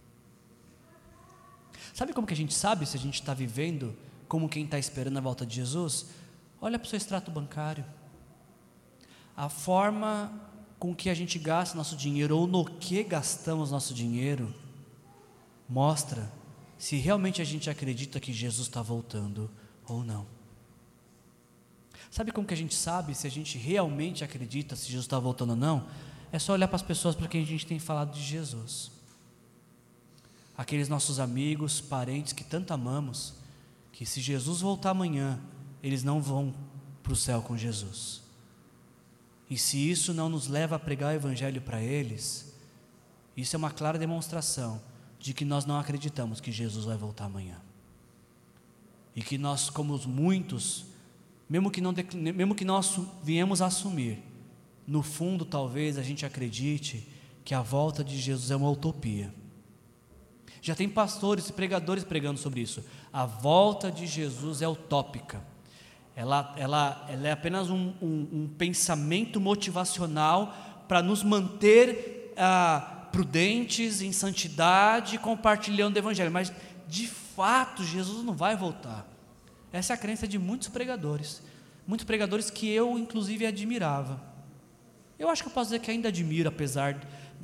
Sabe como que a gente sabe se a gente está vivendo como quem está esperando a volta de Jesus? Olha para o seu extrato bancário. A forma com que a gente gasta nosso dinheiro, ou no que gastamos nosso dinheiro, mostra se realmente a gente acredita que Jesus está voltando ou não. Sabe como que a gente sabe se a gente realmente acredita se Jesus está voltando ou não? É só olhar para as pessoas para quem a gente tem falado de Jesus. Aqueles nossos amigos, parentes que tanto amamos, que se Jesus voltar amanhã, eles não vão para o céu com Jesus. E se isso não nos leva a pregar o evangelho para eles, isso é uma clara demonstração de que nós não acreditamos que Jesus vai voltar amanhã. E que nós, como muitos, mesmo que nós viemos a assumir, no fundo talvez a gente acredite que a volta de Jesus é uma utopia. Já tem pastores e pregadores pregando sobre isso. A volta de Jesus é utópica. Ela é apenas um pensamento motivacional para nos manter prudentes, em santidade, compartilhando o evangelho. Mas de fato Jesus não vai voltar. Essa é a crença de muitos pregadores que eu inclusive admirava. Eu acho que eu posso dizer que ainda admiro, apesar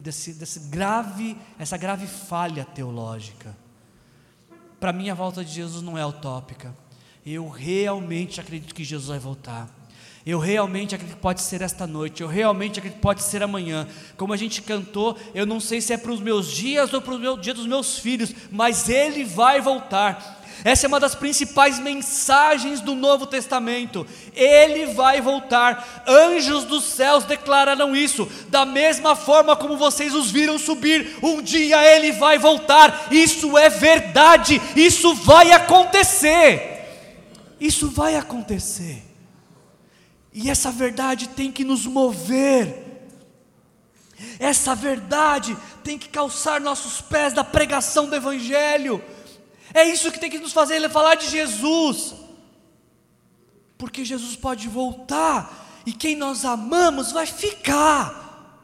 essa grave falha teológica. Para mim a volta de Jesus não é utópica. Eu realmente acredito que Jesus vai voltar. Eu realmente acredito que pode ser esta noite. Eu realmente acredito que pode ser amanhã. Como a gente cantou, eu não sei se é para os meus dias ou para o dia dos meus filhos, mas Ele vai voltar. Essa é uma das principais mensagens do Novo Testamento. Ele vai voltar. Anjos dos céus declararam isso. Da mesma forma como vocês os viram subir, um dia Ele vai voltar. Isso é verdade. Isso vai acontecer. Isso vai acontecer. E essa verdade tem que nos mover. Essa verdade tem que calçar nossos pés da pregação do Evangelho. É isso que tem que nos fazer falar de Jesus, porque Jesus pode voltar, e quem nós amamos vai ficar.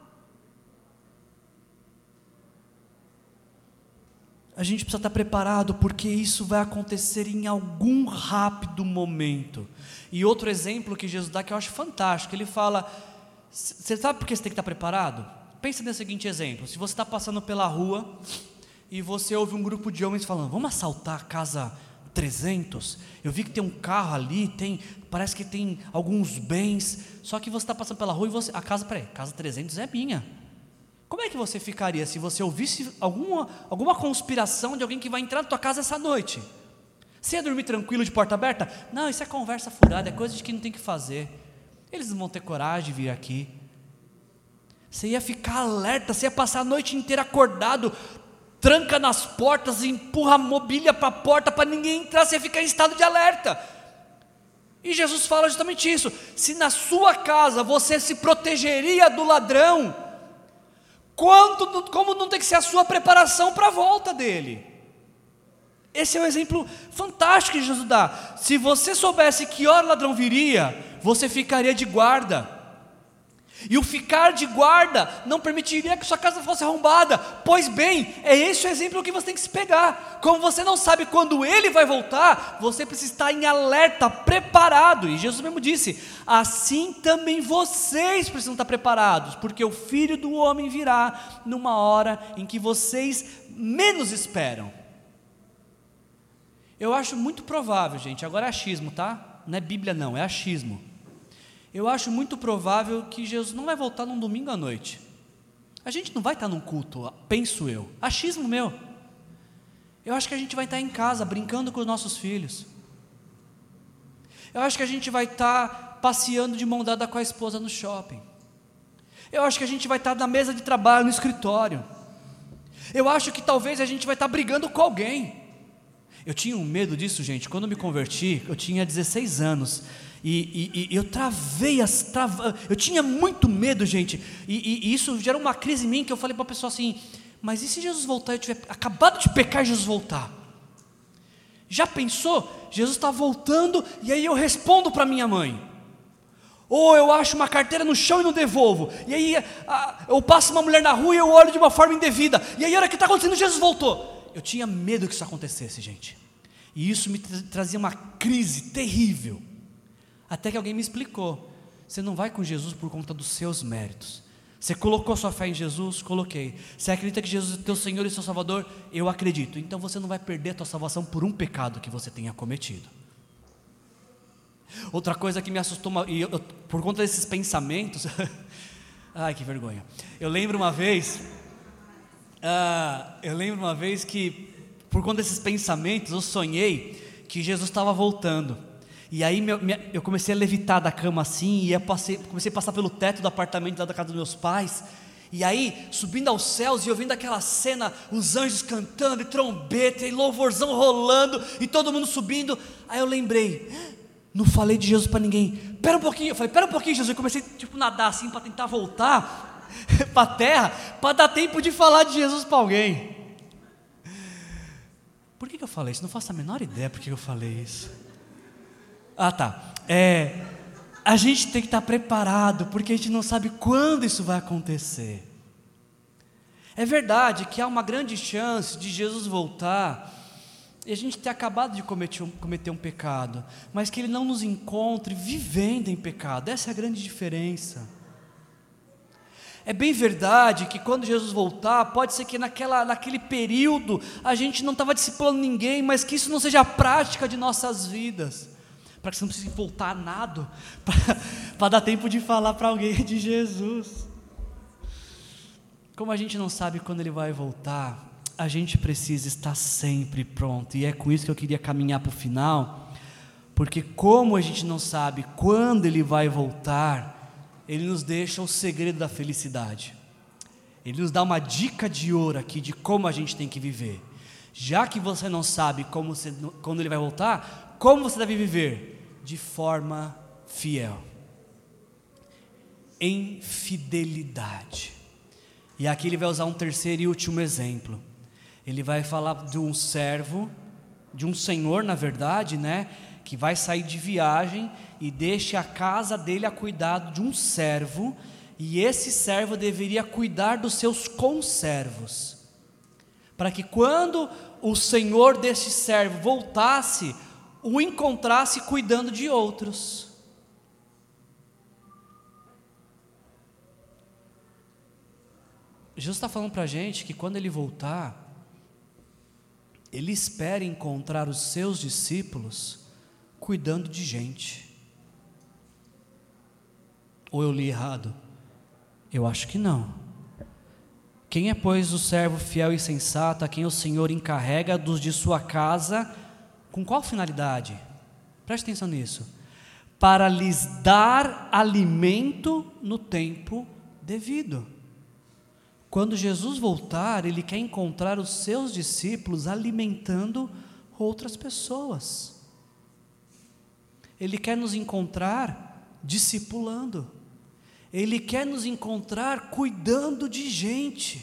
A gente precisa estar preparado, porque isso vai acontecer em algum rápido momento. E outro exemplo que Jesus dá, que eu acho fantástico, Ele fala: você sabe por que você tem que estar preparado? Pensa nesse seguinte exemplo: se você está passando pela rua e você ouve um grupo de homens falando: vamos assaltar a casa 300, eu vi que tem um carro ali, parece que tem alguns bens, só que você está passando pela rua e a casa 300 é minha. Como é que você ficaria se você ouvisse alguma conspiração de alguém que vai entrar na tua casa essa noite? Você ia dormir tranquilo de porta aberta? Não, isso é conversa furada, é coisa de que não tem que fazer. Eles não vão ter coragem de vir aqui. Você ia ficar alerta, você ia passar a noite inteira acordado, tranca nas portas, empurra a mobília para a porta para ninguém entrar, você fica em estado de alerta. E Jesus fala justamente isso: se na sua casa você se protegeria do ladrão, como não tem que ser a sua preparação para a volta dele. Esse é um exemplo fantástico que Jesus dá. Se você soubesse que hora o ladrão viria, você ficaria de guarda. E o ficar de guarda não permitiria que sua casa fosse arrombada. Pois bem, é esse o exemplo que você tem que se pegar. Como você não sabe quando ele vai voltar, você precisa estar em alerta, preparado. E Jesus mesmo disse: assim também vocês precisam estar preparados, porque o Filho do Homem virá numa hora em que vocês menos esperam. Eu acho muito provável, gente, agora é achismo, tá? Não é Bíblia não, é achismo. Eu acho muito provável que Jesus não vai voltar num domingo à noite. A gente não vai estar num culto, penso eu. Achismo meu. Eu acho que a gente vai estar em casa, brincando com os nossos filhos. Eu acho que a gente vai estar passeando de mão dada com a esposa no shopping. Eu acho que a gente vai estar na mesa de trabalho, no escritório. Eu acho que talvez a gente vai estar brigando com alguém. Eu tinha um medo disso, gente. Quando eu me converti, eu tinha 16 anos. E eu eu tinha muito medo, gente, e isso gerou uma crise em mim, que eu falei para a pessoa assim: mas e se Jesus voltar, eu tiver acabado de pecar e Jesus voltar? Já pensou? Jesus está voltando, e aí eu respondo para minha mãe, ou eu acho uma carteira no chão e não devolvo, e aí eu passo uma mulher na rua e eu olho de uma forma indevida, e aí a hora que está acontecendo, Jesus voltou. Eu tinha medo que isso acontecesse, gente, e isso me trazia uma crise terrível. Até que alguém me explicou: você não vai com Jesus por conta dos seus méritos. Você colocou sua fé em Jesus? Coloquei. Você acredita que Jesus é teu Senhor e seu Salvador? Eu acredito. Então você não vai perder a tua salvação por um pecado que você tenha cometido. Outra coisa que me assustou, por conta desses pensamentos, ai que vergonha, eu lembro uma vez que, por conta desses pensamentos, eu sonhei que Jesus estava voltando. E aí eu comecei a levitar da cama assim, e comecei a passar pelo teto do apartamento lá da casa dos meus pais, e aí subindo aos céus, e eu vendo aquela cena, os anjos cantando, e trombeta, e louvorzão rolando, e todo mundo subindo. Aí eu lembrei, não falei de Jesus para ninguém. Pera um pouquinho, eu falei, pera um pouquinho, Jesus. Eu comecei a nadar assim, para tentar voltar para a terra, para dar tempo de falar de Jesus para alguém. Por que eu falei isso? Não faço a menor ideia por que eu falei isso. Ah, tá. A gente tem que estar preparado, porque a gente não sabe quando isso vai acontecer. É verdade que há uma grande chance de Jesus voltar e a gente ter acabado de cometer um pecado, mas que Ele não nos encontre vivendo em pecado. Essa é a grande diferença. É bem verdade que quando Jesus voltar, pode ser que naquele período a gente não estava discipulando ninguém, mas que isso não seja a prática de nossas vidas, para que você não precise voltar a nado, para dar tempo de falar para alguém de Jesus. Como a gente não sabe quando Ele vai voltar, a gente precisa estar sempre pronto, e é com isso que eu queria caminhar para o final, porque como a gente não sabe quando Ele vai voltar, Ele nos deixa o segredo da felicidade. Ele nos dá uma dica de ouro aqui de como a gente tem que viver. Já que você não sabe quando Ele vai voltar, como você deve viver? De forma fiel, em fidelidade. E aqui ele vai usar um terceiro e último exemplo. Ele vai falar de um servo, de um senhor, na verdade, né, que vai sair de viagem e deixa a casa dele a cuidado de um servo, e esse servo deveria cuidar dos seus conservos, para que quando o senhor desse servo voltasse, o encontrasse cuidando de outros. Jesus está falando para a gente que quando Ele voltar, Ele espera encontrar os seus discípulos cuidando de gente. Ou eu li errado? Eu acho que não. Quem é, pois, o servo fiel e sensato, a quem o Senhor encarrega dos de sua casa, com qual finalidade? Preste atenção nisso. Para lhes dar alimento no tempo devido. Quando Jesus voltar, Ele quer encontrar os seus discípulos alimentando outras pessoas. Ele quer nos encontrar discipulando. Ele quer nos encontrar cuidando de gente.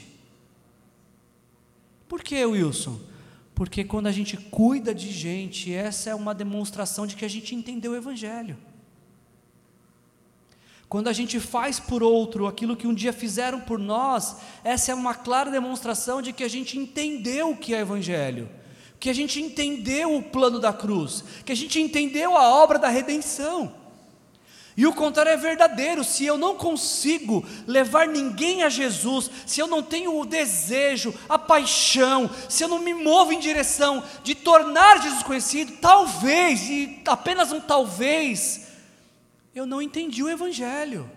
Por que, Wilson? Porque quando a gente cuida de gente, essa é uma demonstração de que a gente entendeu o Evangelho. Quando a gente faz por outro aquilo que um dia fizeram por nós, essa é uma clara demonstração de que a gente entendeu o que é Evangelho, que a gente entendeu o plano da cruz, que a gente entendeu a obra da redenção. E o contrário é verdadeiro. Se eu não consigo levar ninguém a Jesus, se eu não tenho o desejo, a paixão, se eu não me movo em direção de tornar Jesus conhecido, talvez, e apenas um talvez, eu não entendi o Evangelho.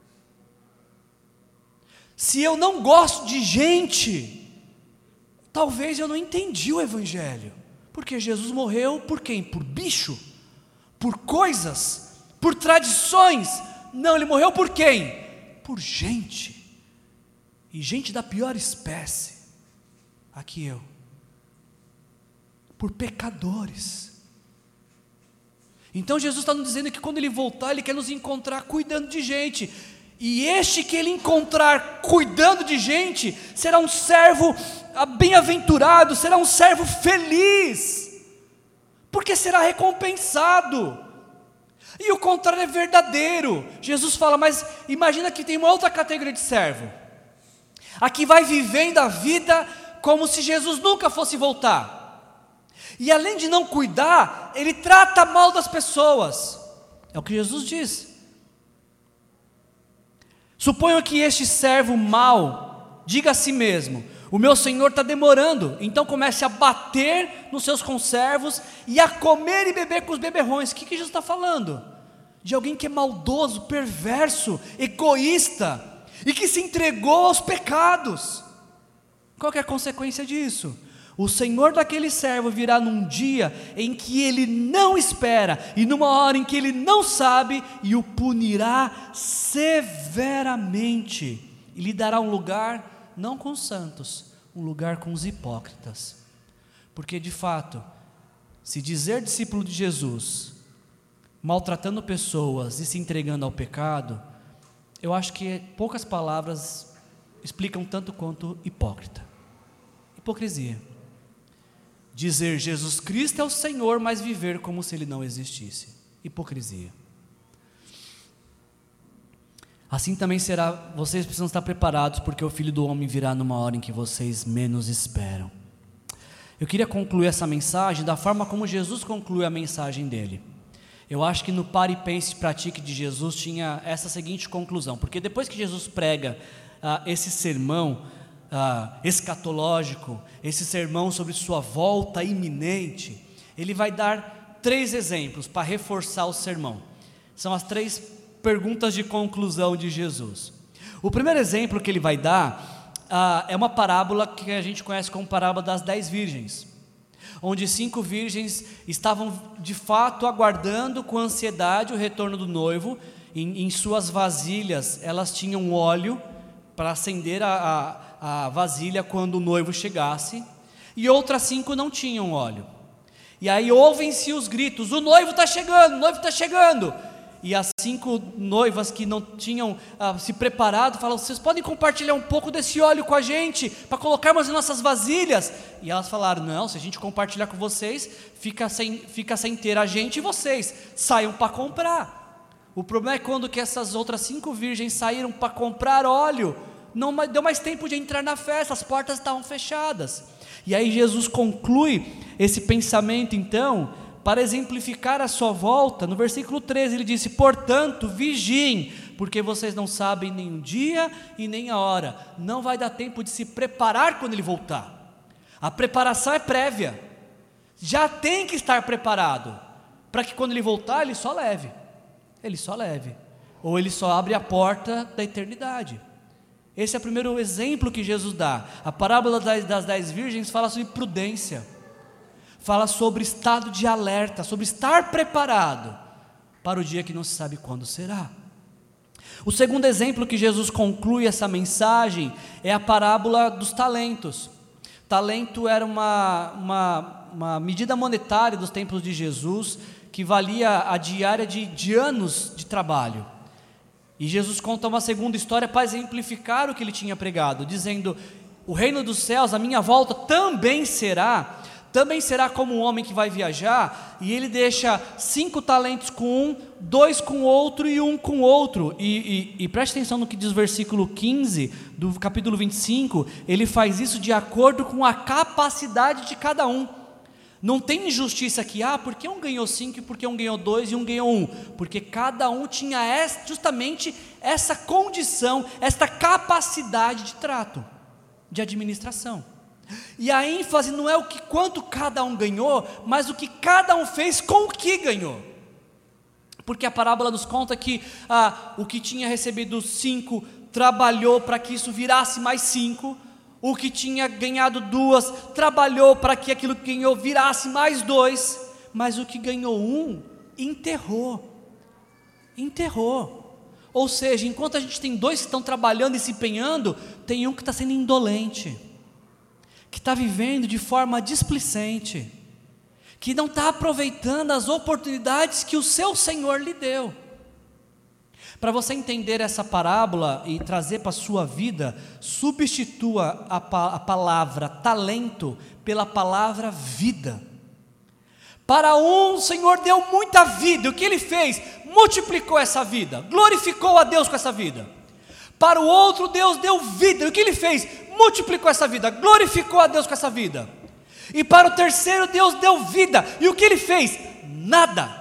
Se eu não gosto de gente, talvez eu não entendi o Evangelho. Porque Jesus morreu por quem? Por bicho? Por coisas? Por tradições? Não, ele morreu por quem? Por gente. E gente da pior espécie. Aqui eu. Por pecadores. Então Jesus está nos dizendo que quando ele voltar, ele quer nos encontrar cuidando de gente. E este que ele encontrar cuidando de gente, será um servo bem-aventurado, será um servo feliz, porque será recompensado. E o contrário é verdadeiro. Jesus fala, mas imagina que tem uma outra categoria de servo. Aqui vai vivendo a vida como se Jesus nunca fosse voltar. E além de não cuidar, ele trata mal das pessoas. É o que Jesus diz. Suponho que este servo mau diga a si mesmo: o meu senhor está demorando, então comece a bater nos seus conservos e a comer e beber com os beberrões. O que Jesus está falando? De alguém que é maldoso, perverso, egoísta e que se entregou aos pecados. Qual que é a consequência disso? O senhor daquele servo virá num dia em que ele não espera e numa hora em que ele não sabe, e o punirá severamente e lhe dará um lugar não com os santos, um lugar com os hipócritas. Porque de fato, se dizer discípulo de Jesus, maltratando pessoas e se entregando ao pecado, eu acho que poucas palavras explicam tanto quanto hipócrita. Hipocrisia. Dizer Jesus Cristo é o Senhor, mas viver como se Ele não existisse. Hipocrisia. Assim também será, vocês precisam estar preparados, porque o Filho do Homem virá numa hora em que vocês menos esperam. Eu queria concluir essa mensagem da forma como Jesus conclui a mensagem dele. Eu acho que no Pare, Pense, Pratique de Jesus tinha essa seguinte conclusão, porque depois que Jesus prega esse sermão escatológico, esse sermão sobre sua volta iminente, ele vai dar 3 exemplos para reforçar o sermão. São as 3 perguntas de conclusão de Jesus. O primeiro exemplo que ele vai dar é uma parábola que a gente conhece como parábola das 10 virgens, onde 5 virgens estavam de fato aguardando com ansiedade o retorno do noivo. Em suas vasilhas elas tinham óleo para acender a vasilha quando o noivo chegasse, e outras 5 não tinham óleo. E aí ouvem-se os gritos: o noivo está chegando, o noivo está chegando. E as 5 noivas que não tinham se preparado falam: vocês podem compartilhar um pouco desse óleo com a gente, para colocarmos em nossas vasilhas? E elas falaram: não, se a gente compartilhar com vocês, fica sem ter a gente e vocês, saiam para comprar. O problema é quando que essas outras 5 virgens saíram para comprar óleo, não deu mais tempo de entrar na festa, as portas estavam fechadas. E aí Jesus conclui esse pensamento então, para exemplificar a sua volta. No versículo 13 ele disse: portanto, vigiem, porque vocês não sabem nem o dia e nem a hora. Não vai dar tempo de se preparar quando ele voltar. A preparação é prévia, já tem que estar preparado, para que quando ele voltar, ele só leve, ou ele só abre a porta da eternidade. Esse é o primeiro exemplo que Jesus dá. A parábola das 10 virgens fala sobre prudência, fala sobre estado de alerta, sobre estar preparado para o dia que não se sabe quando será. O segundo exemplo que Jesus conclui essa mensagem é a parábola dos talentos. Talento era uma medida monetária dos tempos de Jesus, que valia a diária de anos de trabalho. E Jesus conta uma segunda história para exemplificar o que ele tinha pregado, dizendo: o reino dos céus, a minha volta, também será como um homem que vai viajar, e ele deixa 5 talentos com um, 2 com outro e 1 com outro. E preste atenção no que diz o versículo 15 do capítulo 25, ele faz isso de acordo com a capacidade de cada um. Não tem injustiça aqui, porque um ganhou 5 e porque um ganhou 2 e um ganhou 1, porque cada um tinha justamente essa condição, esta capacidade de trato, de administração. E a ênfase não é quanto cada um ganhou, mas o que cada um fez com o que ganhou. Porque a parábola nos conta que o que tinha recebido 5 trabalhou para que isso virasse mais 5, o que tinha ganhado 2 trabalhou para que aquilo que ganhou virasse mais 2, mas o que ganhou 1 enterrou. Ou seja, enquanto a gente tem 2 que estão trabalhando e se empenhando, tem um que está sendo indolente, que está vivendo de forma displicente, que não está aproveitando as oportunidades que o seu Senhor lhe deu. Para você entender essa parábola e trazer para a sua vida, substitua a palavra talento pela palavra vida. Para um, o Senhor deu muita vida, o que ele fez? Multiplicou essa vida, glorificou a Deus com essa vida. Para o outro, Deus deu vida, o que ele fez? Multiplicou essa vida, glorificou a Deus com essa vida. E para o terceiro, Deus deu vida, e o que ele fez? Nada.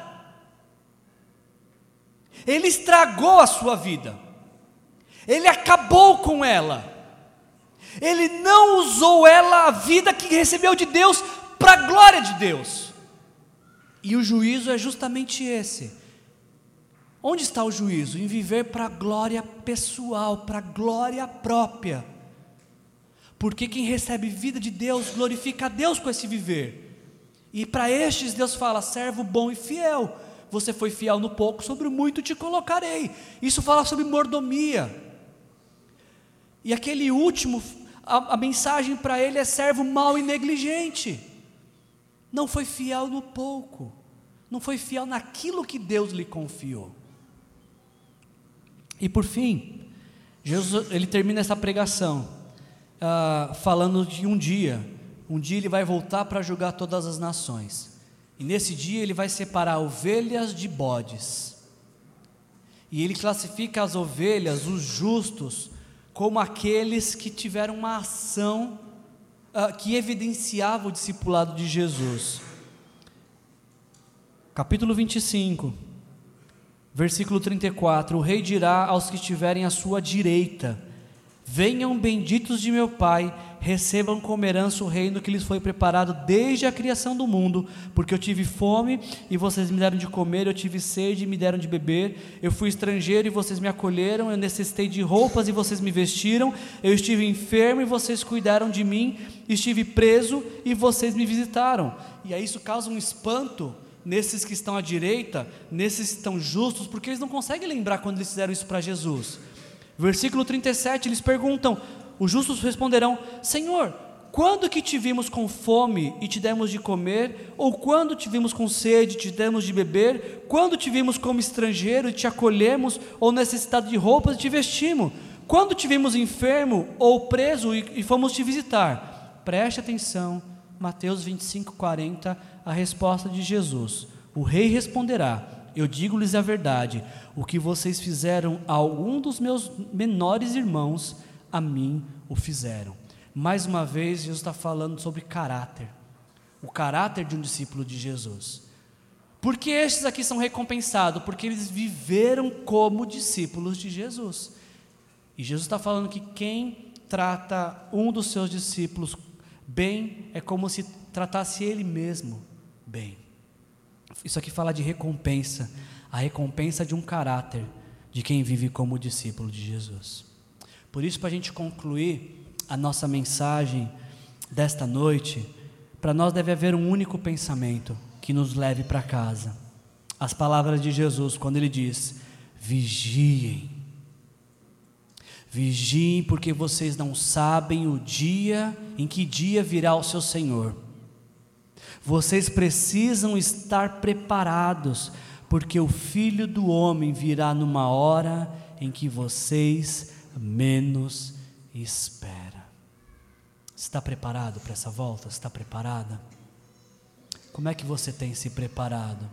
Ele estragou a sua vida, ele acabou com ela, ele não usou ela, a vida que recebeu de Deus, para a glória de Deus. E o juízo é justamente esse. Onde está o juízo? Em viver para a glória pessoal, para a glória própria. Porque quem recebe vida de Deus, glorifica a Deus com esse viver. E para estes Deus fala: servo bom e fiel, você foi fiel no pouco, sobre o muito te colocarei. Isso fala sobre mordomia. E aquele último, a mensagem para ele é: servo mau e negligente, não foi fiel no pouco, não foi fiel naquilo que Deus lhe confiou. E por fim, Jesus, ele termina essa pregação falando de um dia ele vai voltar para julgar todas as nações, e nesse dia ele vai separar ovelhas de bodes, e ele classifica as ovelhas, os justos, como aqueles que tiveram uma ação que evidenciava o discipulado de Jesus. Capítulo 25, versículo 34, o rei dirá aos que estiverem à sua direita: venham benditos de meu Pai, recebam como herança o reino que lhes foi preparado desde a criação do mundo, porque eu tive fome e vocês me deram de comer, eu tive sede e me deram de beber, eu fui estrangeiro e vocês me acolheram, eu necessitei de roupas e vocês me vestiram, eu estive enfermo e vocês cuidaram de mim, estive preso e vocês me visitaram. E aí isso causa um espanto nesses que estão à direita, nesses que estão justos, porque eles não conseguem lembrar quando eles fizeram isso para Jesus. Versículo 37, eles perguntam, os justos responderão: Senhor, quando que te vimos com fome e te demos de comer? Ou quando te vimos com sede e te demos de beber? Quando te vimos como estrangeiro e te acolhemos? Ou necessitado de roupas e te vestimos? Quando te vimos enfermo ou preso e fomos te visitar? Preste atenção, Mateus 25, 40, a resposta de Jesus. O rei responderá: eu digo-lhes a verdade, o que vocês fizeram a algum dos meus menores irmãos, a mim o fizeram. Mais uma vez, Jesus está falando sobre caráter, o caráter de um discípulo de Jesus. Por que estes aqui são recompensados? Porque eles viveram como discípulos de Jesus. E Jesus está falando que quem trata um dos seus discípulos bem, é como se tratasse ele mesmo bem. Isso aqui fala de recompensa, a recompensa de um caráter de quem vive como discípulo de Jesus. Por isso, para a gente concluir a nossa mensagem desta noite, para nós deve haver um único pensamento que nos leve para casa. As palavras de Jesus, quando ele diz: vigiem, vigiem, porque vocês não sabem o dia, em que dia virá o seu Senhor. Vocês precisam estar preparados, porque o Filho do Homem virá numa hora em que vocês menos esperam. Está preparado para essa volta? Está preparada? Como é que você tem se preparado?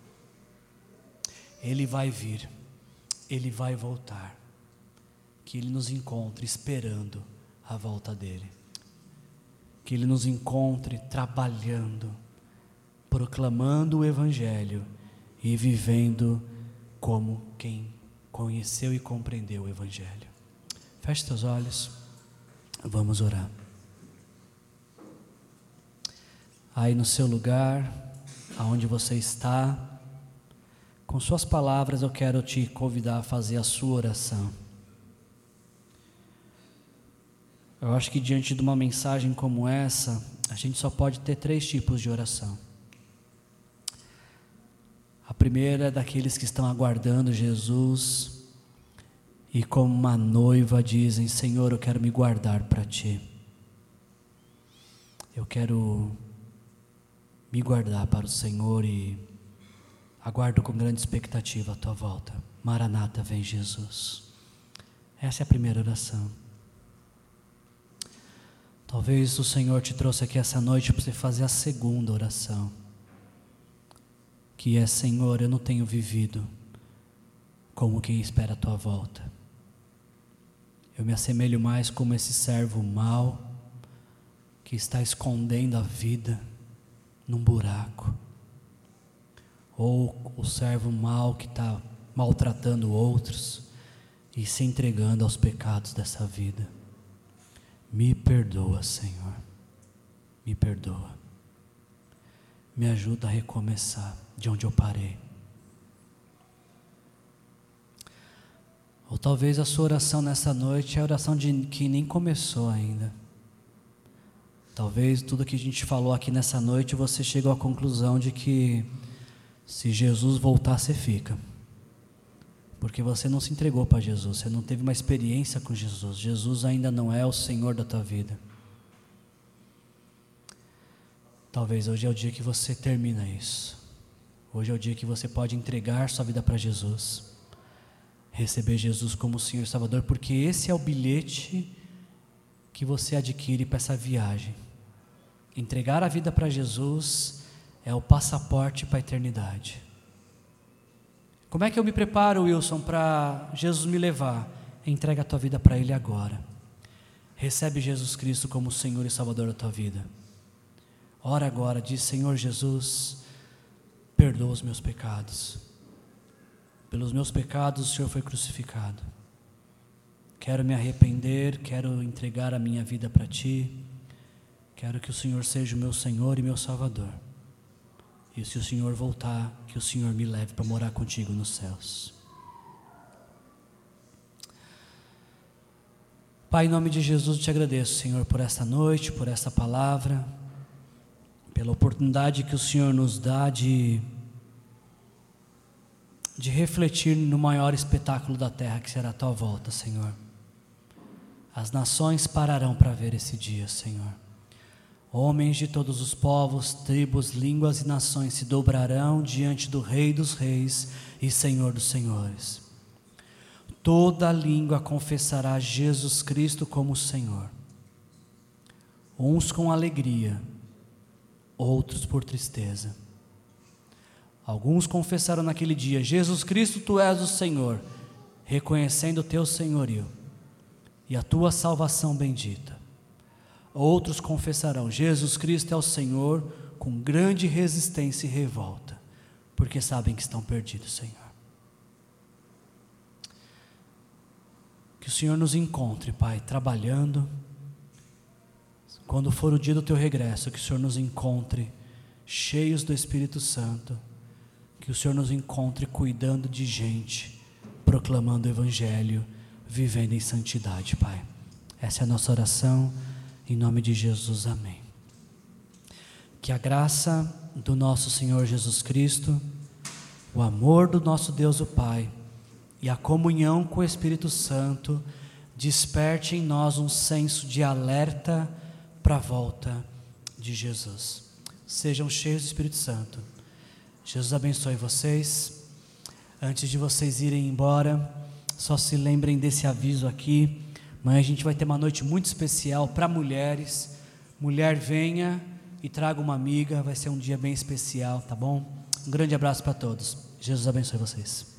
Ele vai vir, Ele vai voltar. Que Ele nos encontre esperando a volta dEle. Que Ele nos encontre trabalhando, proclamando o Evangelho e vivendo como quem conheceu e compreendeu o Evangelho. Feche seus olhos, vamos orar. Aí no seu lugar, aonde você está, com suas palavras eu quero te convidar a fazer a sua oração. Eu acho que diante de uma mensagem como essa, a gente só pode ter 3 tipos de oração. A primeira é daqueles que estão aguardando Jesus e como uma noiva dizem: Senhor, eu quero me guardar para Ti. Eu quero me guardar para o Senhor e aguardo com grande expectativa a Tua volta. Maranata, vem Jesus. Essa é a primeira oração. Talvez o Senhor te trouxe aqui essa noite para você fazer a segunda oração, que é: Senhor, eu não tenho vivido como quem espera a Tua volta. Eu me assemelho mais como esse servo mau que está escondendo a vida num buraco, ou o servo mau que está maltratando outros e se entregando aos pecados dessa vida. Me perdoa, Senhor, me perdoa, me ajuda a recomeçar de onde eu parei. Ou talvez a sua oração nessa noite é a oração de que nem começou ainda. Talvez tudo que a gente falou aqui nessa noite você chegou à conclusão de que se Jesus voltar você fica, porque você não se entregou para Jesus, você não teve uma experiência com Jesus. Jesus ainda não é o Senhor da tua vida. Talvez hoje é o dia que você termina isso. Hoje é o dia que você pode entregar sua vida para Jesus, receber Jesus como Senhor e Salvador, porque esse é o bilhete que você adquire para essa viagem. Entregar a vida para Jesus é o passaporte para a eternidade. Como é que eu me preparo, Wilson, para Jesus me levar? Entrega a tua vida para Ele agora. Recebe Jesus Cristo como Senhor e Salvador da tua vida. Ora agora, diz: Senhor Jesus, perdoa os meus pecados. Pelos meus pecados o Senhor foi crucificado. Quero me arrepender, quero entregar a minha vida para Ti. Quero que o Senhor seja o meu Senhor e meu Salvador. E se o Senhor voltar, que o Senhor me leve para morar contigo nos céus. Pai, em nome de Jesus, eu te agradeço, Senhor, por esta noite, por esta palavra, pela oportunidade que o Senhor nos dá de refletir no maior espetáculo da terra, que será a Tua volta, Senhor. As nações pararão para ver esse dia, Senhor. Homens de todos os povos, tribos, línguas e nações se dobrarão diante do Rei dos Reis e Senhor dos Senhores. Toda língua confessará Jesus Cristo como Senhor. Uns com alegria, outros por tristeza. Alguns confessarão naquele dia: Jesus Cristo, Tu és o Senhor, reconhecendo o Teu senhorio e a Tua salvação bendita. Outros confessarão: Jesus Cristo é o Senhor, com grande resistência e revolta, porque sabem que estão perdidos, Senhor. Que o Senhor nos encontre, Pai, trabalhando. Quando for o dia do Teu regresso, que o Senhor nos encontre cheios do Espírito Santo. Que o Senhor nos encontre cuidando de gente, proclamando o Evangelho, vivendo em santidade, Pai. Essa é a nossa oração, em nome de Jesus, amém. Que a graça do nosso Senhor Jesus Cristo, o amor do nosso Deus o Pai e a comunhão com o Espírito Santo desperte em nós um senso de alerta para a volta de Jesus. Sejam cheios do Espírito Santo. Jesus abençoe vocês. Antes de vocês irem embora, Só se lembrem desse aviso aqui. Amanhã a gente vai ter uma noite muito especial para mulheres. Mulher, venha e traga uma amiga, vai ser um dia bem especial, tá bom? Um grande abraço para todos. Jesus abençoe vocês.